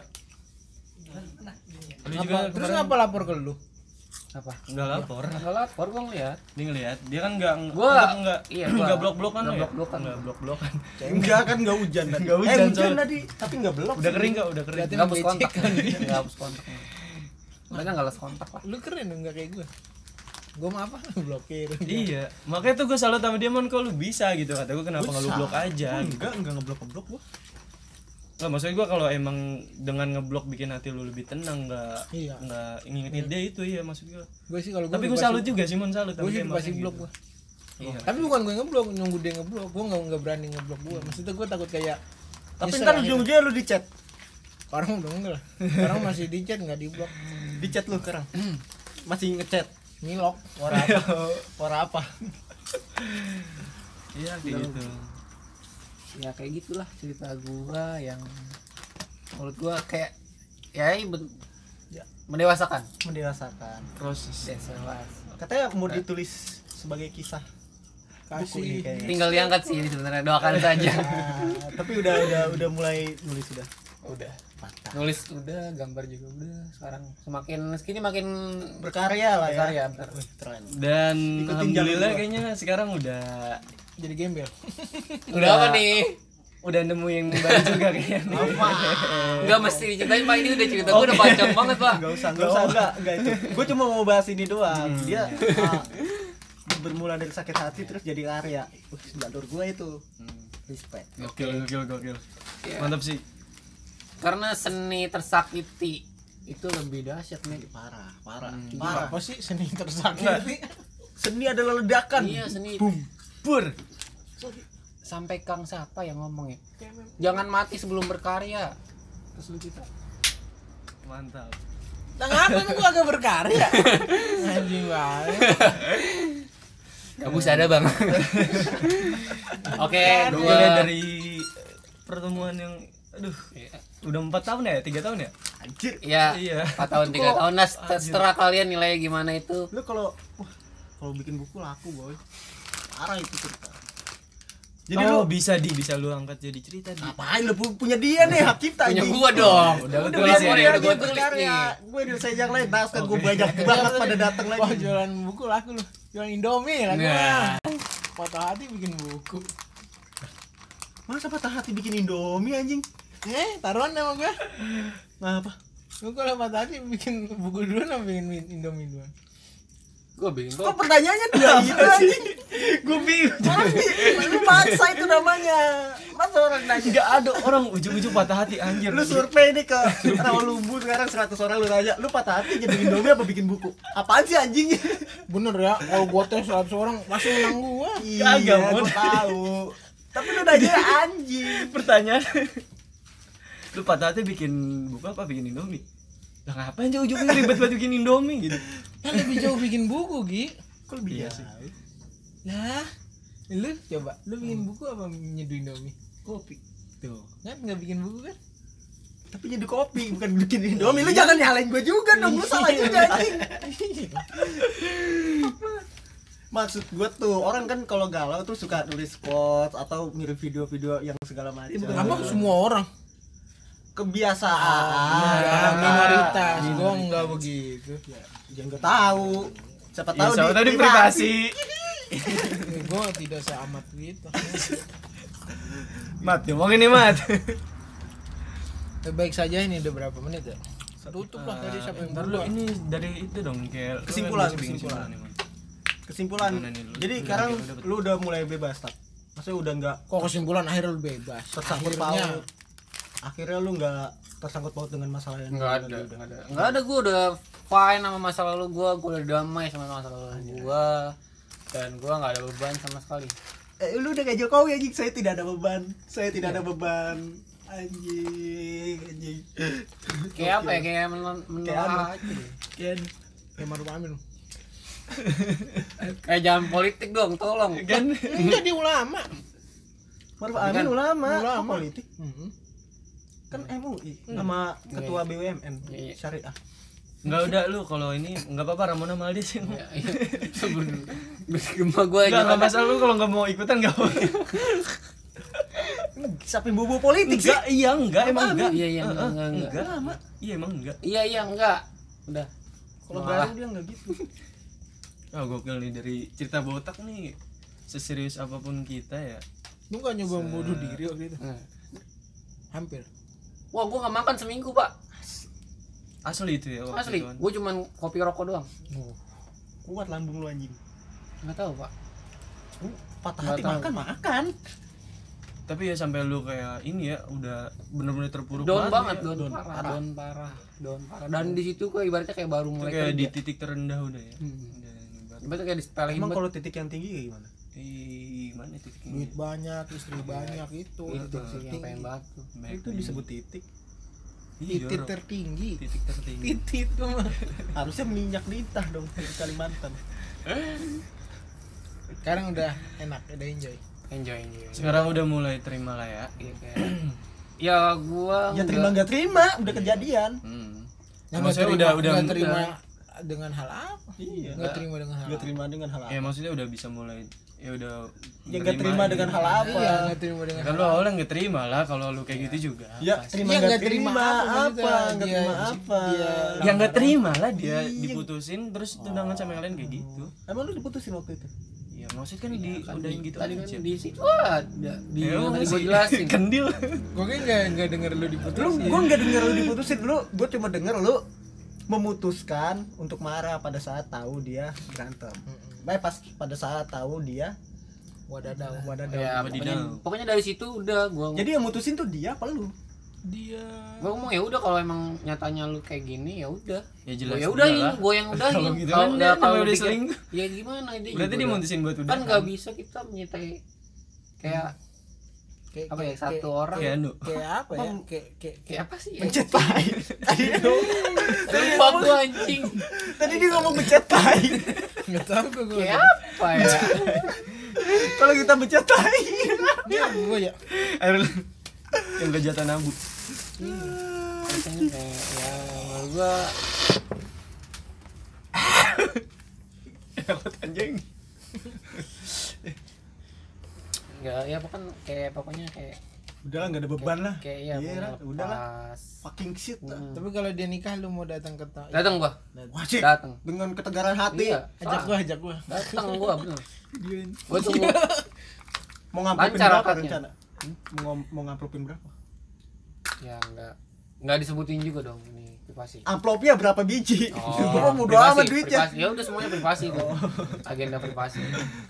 Lu Apa, juga terus kemarin ngapa lapor ke lu? Apa? nggak lapor. Enggak lapor gua ngeliat. Dia ngeliat, dia kan nggak Iya, gua. nggak blok-blokan Nggak lo ya? blok-blokan. Nggak blok-blokan. Enggak kan nggak hujan tadi. Nggak hujan, hujan soalnya. tadi, tapi nggak belok. Udah sih. kering nggak? Udah kering. Berarti Enggak hapus kontak. membecekkan. Enggak hapus kontak. Mereka enggak hapus kontak lah. Lu keren enggak kayak gua. Gua mah apa? Blokir. Iya, makanya tuh gue salut sama dia, mon, kok lu bisa gitu. Kata gue kenapa nggak lu blok aja? Enggak ngeblok gua. Nggak, maksudnya gue kalau emang dengan ngeblok bikin hati lu lebih tenang, Iya. nggak ngingetin dia itu, iya maksud gue. Gua sih kalau Tapi gue salut juga sih, mon, salut. Gua sama sih dia, pasti makanya blok gitu. gua. Iya. Tapi bukan gue ngeblok, nunggu dia ngeblok. Gua enggak berani ngeblok gua. Maksudnya gua takut kayak Tapi nyesel ntar akhirnya. ujung-ujungnya lu di chat. Orang udah enggak lah. Orang masih di chat enggak di blok. Di chat lu sekarang. Masih ngechat. Ngilok. Warna apa? Warna apa? Iya, kayak gitu. Ya kayak gitulah cerita gua yang menurut gua kayak ya mendewasakan. Mendewasakan. Proses. Dewas. Katanya mau ditulis sebagai kisah. Buku ini Kasih. kayaknya. Tinggal diangkat sih ini sebenarnya, doakan saja. Nah, tapi udah mulai nulis sudah. Udah. Mantap. Nulis udah, gambar juga udah. Sekarang semakin segini makin Berkarya lah ya. berkarya, benar. Wih, keren. Dan Ikutin alhamdulillah jalan gua. kayaknya sekarang udah Jadi gembel. Udah apa nih? udah nemu yang baru juga kayaknya. Enggak mesti diceritain Pak, ini udah cerita gua udah panjang banget, Pak. Enggak usah, enggak itu. Gue cuma mau bahas ini doang. Dia bermula dari sakit hati terus jadi karya. Jalur gue itu. Respect. Gokil. Ya. Mantap sih. Karena seni tersakiti itu lebih dahsyat nih. Parah. Parah. Apa sih seni tersakiti? Seni adalah ledakan. Iya, seni. Pur. Sampai Kang siapa yang ngomong ya? Jangan mati sebelum berkarya. Terus lu kita. Mantap. Nah ngapa emang gua agak berkarya? Anjing banget. Gak bisa ada, Bang. Oke, Gue gua dari pertemuan yang aduh, udah 4 tahun ya? 3 tahun ya? Anjir. ya Iya. 4 tahun 3 tahun nah, terserah kalian nilai gimana itu. Lu kalau bikin buku laku, boy. Parah itu cerita. Jadi Oh, lu bisa lu angkat jadi cerita di. ngapain lu punya dia nih, hak cipta Punya anjing. gua dong. Udah Udah tulis biar ya. dia Udah aja gua tulis berkarya. nih. Gue nyelesain yang lain, naskah gue banyak banget pada datang Wah lagi. jualan buku laku lu. Jualan Indomie laku Nah. mah. Patah hati bikin buku. Masa patah hati bikin Indomie anjing? Taruhan sama gua. Nah, apa? Lu kalau patah hati bikin buku duluan apa bikin Indomie duluan? Gue bingung. Kok pertanyaannya dua gitu anjing? Gue bingung. Lu maksa itu namanya. Masa orang nanya? Enggak ada orang ujung-ujung patah hati anjir. Lu survei nih ke Rawalumbu sekarang 100 orang lu tanya, lu patah hati jadi Indomie apa bikin buku? Apaan sih anjing? Bener ya, kalau gua tes 100 orang pasti menang gua. Kagak, Iya, Mon. gua tahu. Tapi lu nanya anjing. Pertanyaan. Lu patah hati bikin buku apa bikin Indomie? Lah ngapain sih ujungnya ribet banget bikin Indomie gitu. Kan lebih jauh bikin buku, Gi. Kok lebih Iya sih? Lah, lu coba, lu bikin buku apa nyeduh Indomie? Kopi. Tuh, kan nggak bikin buku kan? Tapi jadi kopi bukan bikin Indomie. Lu jangan nyalain gua juga dong. Lu salah juga anjing. Maksud gua tuh orang kan kalau galau tuh suka nulis quotes atau mirip video-video yang segala macam. Apa semua orang? Kebiasaan. Enggak, minoritas. Gua enggak begitu. Ya nggak tahu. Siapa tahu Ya, di privasi. Gua tidak seamat gitu. Mat, ngomongin nih, Mat. Baik saja, ini udah berapa menit ya? Tutup lah tadi siapa yang Ntar lu berdua. ini dari itu dong kayak Kesimpulan, lu kan kesimpulan. nih, Mat. Kesimpulan. Gimana nih, lu? Jadi Lu sekarang udah- lu udah mulai bebas, tak? Maksudnya udah nggak Kok kesimpulan akhirnya lu bebas. tersangkut Akhirnya paut. Akhirnya lu nggak tersangkut paut dengan masalah yang Enggak udah- ada. Enggak ada, gue udah fine sama masa lalu gue udah damai sama masa lalu gue. Dan gue nggak ada beban sama sekali. Lu udah kayak Jokowi anjing, saya tidak ada beban. Saya tidak ada beban. Anjing. Kayak apa ya, kayak Kayak anu. menolak aja deh. kayak Maruf Amin. Kayak jangan politik dong, tolong. Kan Enggak, dia ulama. Maruf Tapi Amin kan ulama, ulama. kok politik. Kan MUI sama ketua BUMN Iya. syariah. enggak udah lu kalau ini enggak apa-apa Ramona Maldi sih. Ya, iya. Sebelum gemah gue Enggak masalah lu kalau enggak mau ikutan enggak apa. Siapa yang bobo politik sih? Enggak, iya enggak emang enggak. Iya, iya, enggak. Enggak. Iya emang enggak. Iya enggak. Udah. Kalau Malah. baru dia enggak gitu. Oh, gokil nih dari cerita botak nih. Seserius apapun kita ya. Lu enggak nyoba membunuh diri waktu itu? Hampir. Wah, gue nggak makan seminggu, Pak. Asli itu ya waktu Asli. itu kan. Gue cuman kopi rokok doang. Kuat lambung lu anjing. Nggak tahu, Pak. Patah Nggak hati tahu. makan. Tapi ya sampai lu kayak ini ya udah bener-bener terpuruk Down banget, ya. down parah. Dan di situ gue ibaratnya kayak baru Itu mulai kayak di kerja. titik terendah udah ya. Hmm. Udah, ibarat- Ibaratnya kayak di setelah Emang himbet. kalau titik yang tinggi kayak gimana? mana titiknya? Duit banyak, istri banyak itu. Itu sih yang pengen banget tuh. Baik, Itu disebut titik. Iya, Titik Rok. tertinggi. Titik tertinggi. Titik itu mah. Harusnya minyak lintah dong di Kalimantan. Sekarang udah enak, udah enjoy. Enjoy. Sekarang udah mulai terima lah ya. Iya, kayak ya gua Ya terima nggak terima, udah kejadian. Yang Maksudnya udah nggak terima dengan hal apa? Iya. Nggak terima dengan hal Nggak apa? terima dengan hal apa? Ya maksudnya udah bisa mulai ya udah Ya nggak terima aja. dengan hal apa? Iya, nggak terima dengan Kan hal lo apa. awalnya nggak terima lah kalau lu kayak gitu juga. Ya Pasti. terima Iya, nggak nggak terima terima apa apa? maksudnya? Nggak Dia- terima apa? dia- Ya nggak terima lah dia Iya. diputusin terus tunangan sama yang lain kayak gitu. Emang lu diputusin waktu itu? Ya maksudnya kan di udah gitu tadi kan aja. di situ ada di Ya, yang tadi sih. gua jelasin. Kendil. Gue kayak nggak denger lu diputusin. Gua nggak denger lu diputusin, gua cuma denger lu memutuskan untuk marah pada saat tahu dia berantem. Baik pas pada saat tahu dia Wadadaw. Ya, pokoknya dari situ udah gua Jadi yang mutusin tuh dia apa lu? Dia gua ngomong ya udah kalau emang nyatanya lu kayak gini ya udah. Ya jelas. Ya udahin, lah. gua yang udahin. Kalau gitu kan dia kalau udah dikit- selingkuh. Ya gimana dia? Berarti juga dia udah. mutusin buat udah. Kan nggak bisa kita menyitai kayak apa ya satu orang. Kayak anu. kayak apa ya? Kayak apa sih? Ya? Mencet tai. Lupa gua anjing. Tadi dia ngomong mencet tai. nggak tahu gue. Kayak apa ya? Kalau kita mencet tai. Dia gue ya. Air yang kejahatan abu. Rasanya kayak ya menurut gua Takut anjing. enggak ya pokoknya kayak Udah lah nggak ada beban lah. kayak ya Iya, pokoknya udah lah. lepas. Fucking shit lah. Tapi kalau dia nikah lu mau datang ke Datang gua. Wajib Datang. dengan ketegaran hati. Iya. ajak gua. Datang gua bener. Gua tunggu. Mau ngamplopin Lancar berapa akadnya. rencana? Mau ngamplopin berapa? Ya enggak Nggak disebutin juga dong ini privasi. Amplopnya berapa biji? Gua bodo privasi, amat duitnya. privasi. Ya udah semuanya privasi itu. Agenda privasi.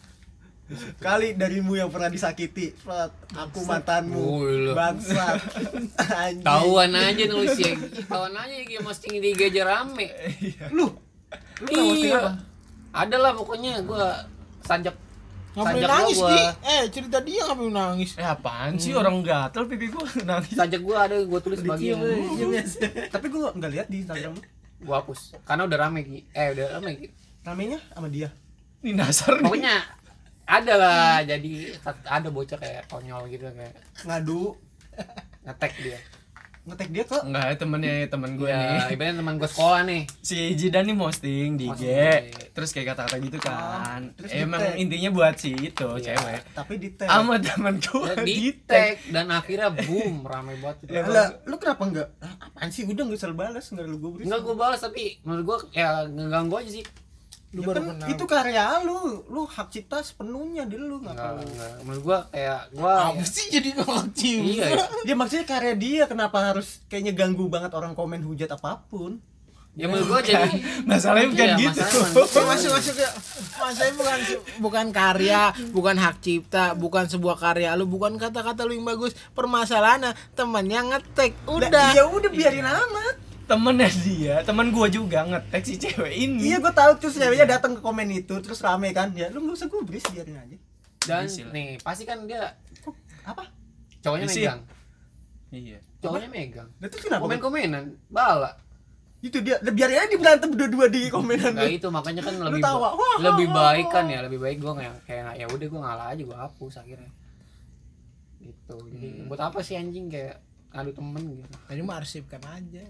Kali darimu yang pernah disakiti, Flat. Aku mantanmu. Wih, lu. Bangsat. Anjing. Tahuan aja nulis ya. Tahuan aja ya posting di IG aja rame. Lu posting apa? Iya. Ada lah pokoknya gua sajak Ngapain sajak nangis gua. Di? Cerita dia ngapain nangis? Apaan sih orang gatel pipi gua nangis. Sajak gua ada gua tulis bagian. Tapi gua enggak lihat di Instagram lu. Gua hapus. Karena udah rame Ki. Udah rame Ki. Ramenya sama dia. Ini dasar nih. Pokoknya ada lah jadi ada bocah kayak konyol gitu kayak Ngadu, ngetek dia. ngetek dia ke Enggak, temen gue Ya, nih. ibaratnya teman gua sekolah nih. Si Jidan nih posting di IG. Posting. Terus kayak kata-kata gitu kan. terus Emang di-tag. intinya buat si itu Iya. cewek. tapi di tag. Sama temen gue Ya, di di tag dan akhirnya boom rame banget itu. Lah, lu kenapa enggak? Apaan sih? Udah enggak usah balas, enggak lu gubris. Enggak gua balas tapi menurut gua ya ngeganggu aja sih. Lu Ya baru kan, kenal. itu karya lu hak cipta sepenuhnya di lu Enggak, ngapa? enggak. Menurut gua kayak gua Apa sih jadi ngocim? iya ya. Dia maksudnya karya dia, kenapa harus kayaknya ganggu banget orang komen hujat apapun? Ya menurut gua jadi Masalahnya bukan Iya, gitu. masalahnya Masuk ya. Maksudnya bukan karya, bukan hak cipta, bukan sebuah karya lu, bukan kata-kata lu yang bagus. Permasalahannya teman yang ngetek. Udah. Ya udah biarin amat. Temennya dia, temen gue juga ngetek si cewek ini. Iya, gua tahu tuh ceweknya datang ke komen itu terus rame kan. Ya lu enggak usah gubris, biarin aja. dan Bisa lah. nih pasti kan dia Apa? cowoknya Isi. megang. Iya. Cowoknya megang. Nah, terus kenapa? Komen-komenan bala. Itu dia. Lah, biarin aja berantem berdua di komenan. Nah itu makanya kan Lu lebih tawa. Wah, lebih wah, baik wah. kan ya, lebih baik gua kayak ya udah gua ngalah aja gua hapus akhirnya. Gitu. Jadi buat apa sih anjing kayak ngadu temen gitu. Tadi mah arsipkan aja.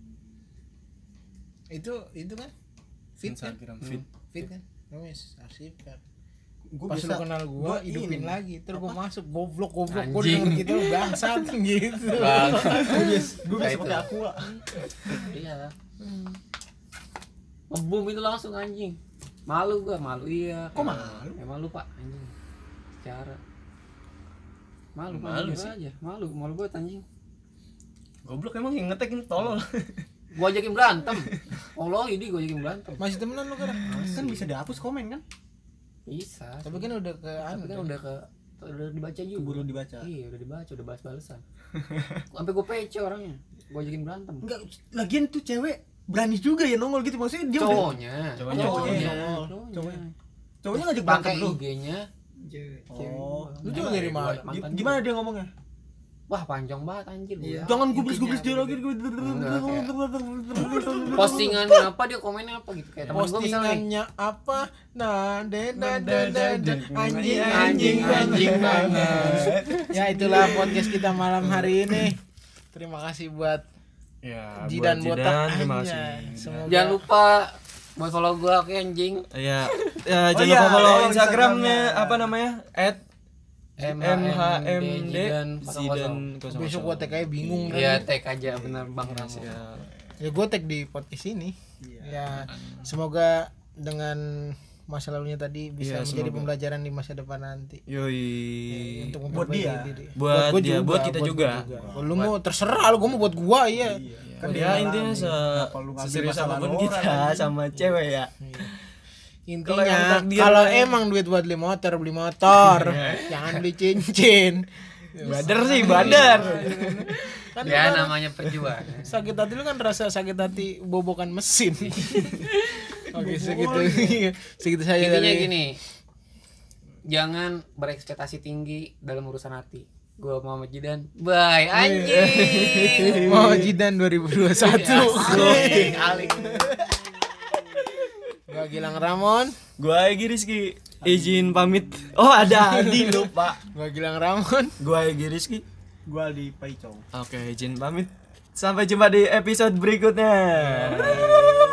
Itu kan fit kan? Instagram feed. Fit kan? Wes, arsipkan. Gua Pas lu bisa kenal gua, hidupin ini. lagi. Terus gua masuk goblok gua Anjing. denger gitu lu bangsat gitu. Gua bisa Kayak itu. pakai aqua. Iya. Ngebum itu langsung anjing. Malu gua, malu iya. Kok malu? Ya malu Pak anjing. Cara. Malu, Malu jujur sih. aja. Malu banget anjing. Goblok emang yang ngetek ini tolol. Gua ajakin berantem. Allah ini gua ajakin berantem. Masih temenan lu kan? Kan bisa dihapus komen kan? Bisa. Tapi kan udah ke Tapi kan udah dibaca juga. Keburu dibaca. Iya, udah dibaca, udah balas-balasan. Sampai gua PC orangnya. Gua ajakin berantem. Enggak, lagian tuh cewek berani juga ya nongol gitu, maksudnya dia udah Cowoknya. Cowoknya. Cowoknya. Cowoknya ngajak berantem Pakai lu. IG-nya. Oh, Lu tuh dari mana? Gimana dia ngomongnya? Wah, panjang banget anjir. Iya. Jangan gubris-gubris dia lagi. Postingan apa dia komennya apa gitu kayak temen gua misalnya nih. Postingannya apa? Nah, anjing banget. Ya itulah podcast kita malam hari ini. Terima kasih buat Ya, Jidan buat botak. Terima kasih. Anjay. Semoga Jangan lupa buat follow gua oke anjing. Ya, Oh jangan iya, lupa follow follow Instagramnya Instagramnya. apa namanya? @MHMD Zidan 00. Zidan besok gua tag aja bingung kan. Iya, tag aja bener Bang Ramo. Ya gua tag di podcast ini. Ya semoga dengan masa lalunya tadi bisa Iya, menjadi semoga. pembelajaran di masa depan nanti. Yoi. Untuk Buat memperbaiki dia. diri. Buat gua dia, buat kita gua juga. Kalau lu mau terserah lu, gua mau buat gua iya. Kan Ya dia intinya Kenapa lu ngambil seserius masa apapun lalu kita orang, anjing? sama cewek ya. Kalau yang Intinya takdir kalau lah. emang duit buat beli motor, jangan beli cincin. Badar sih, badar. Kan Ya orang namanya perjuangan. sakit hati lu kan rasa sakit hati bobokan mesin. Oke, segitu. Segitu saja Intinya dari gini. Jangan berekspektasi tinggi dalam urusan hati. Gua Muhammad Jidan. Bye anjing. Mau Jidan 2021. Alik. Gua Gilang Ramon. Gua Egy Rizky izin pamit. Oh, ada Aldi lupa. Gua Gilang Ramon. Gua Egy Rizky. Gua di Paicong. Oke, izin pamit. Sampai jumpa di episode berikutnya.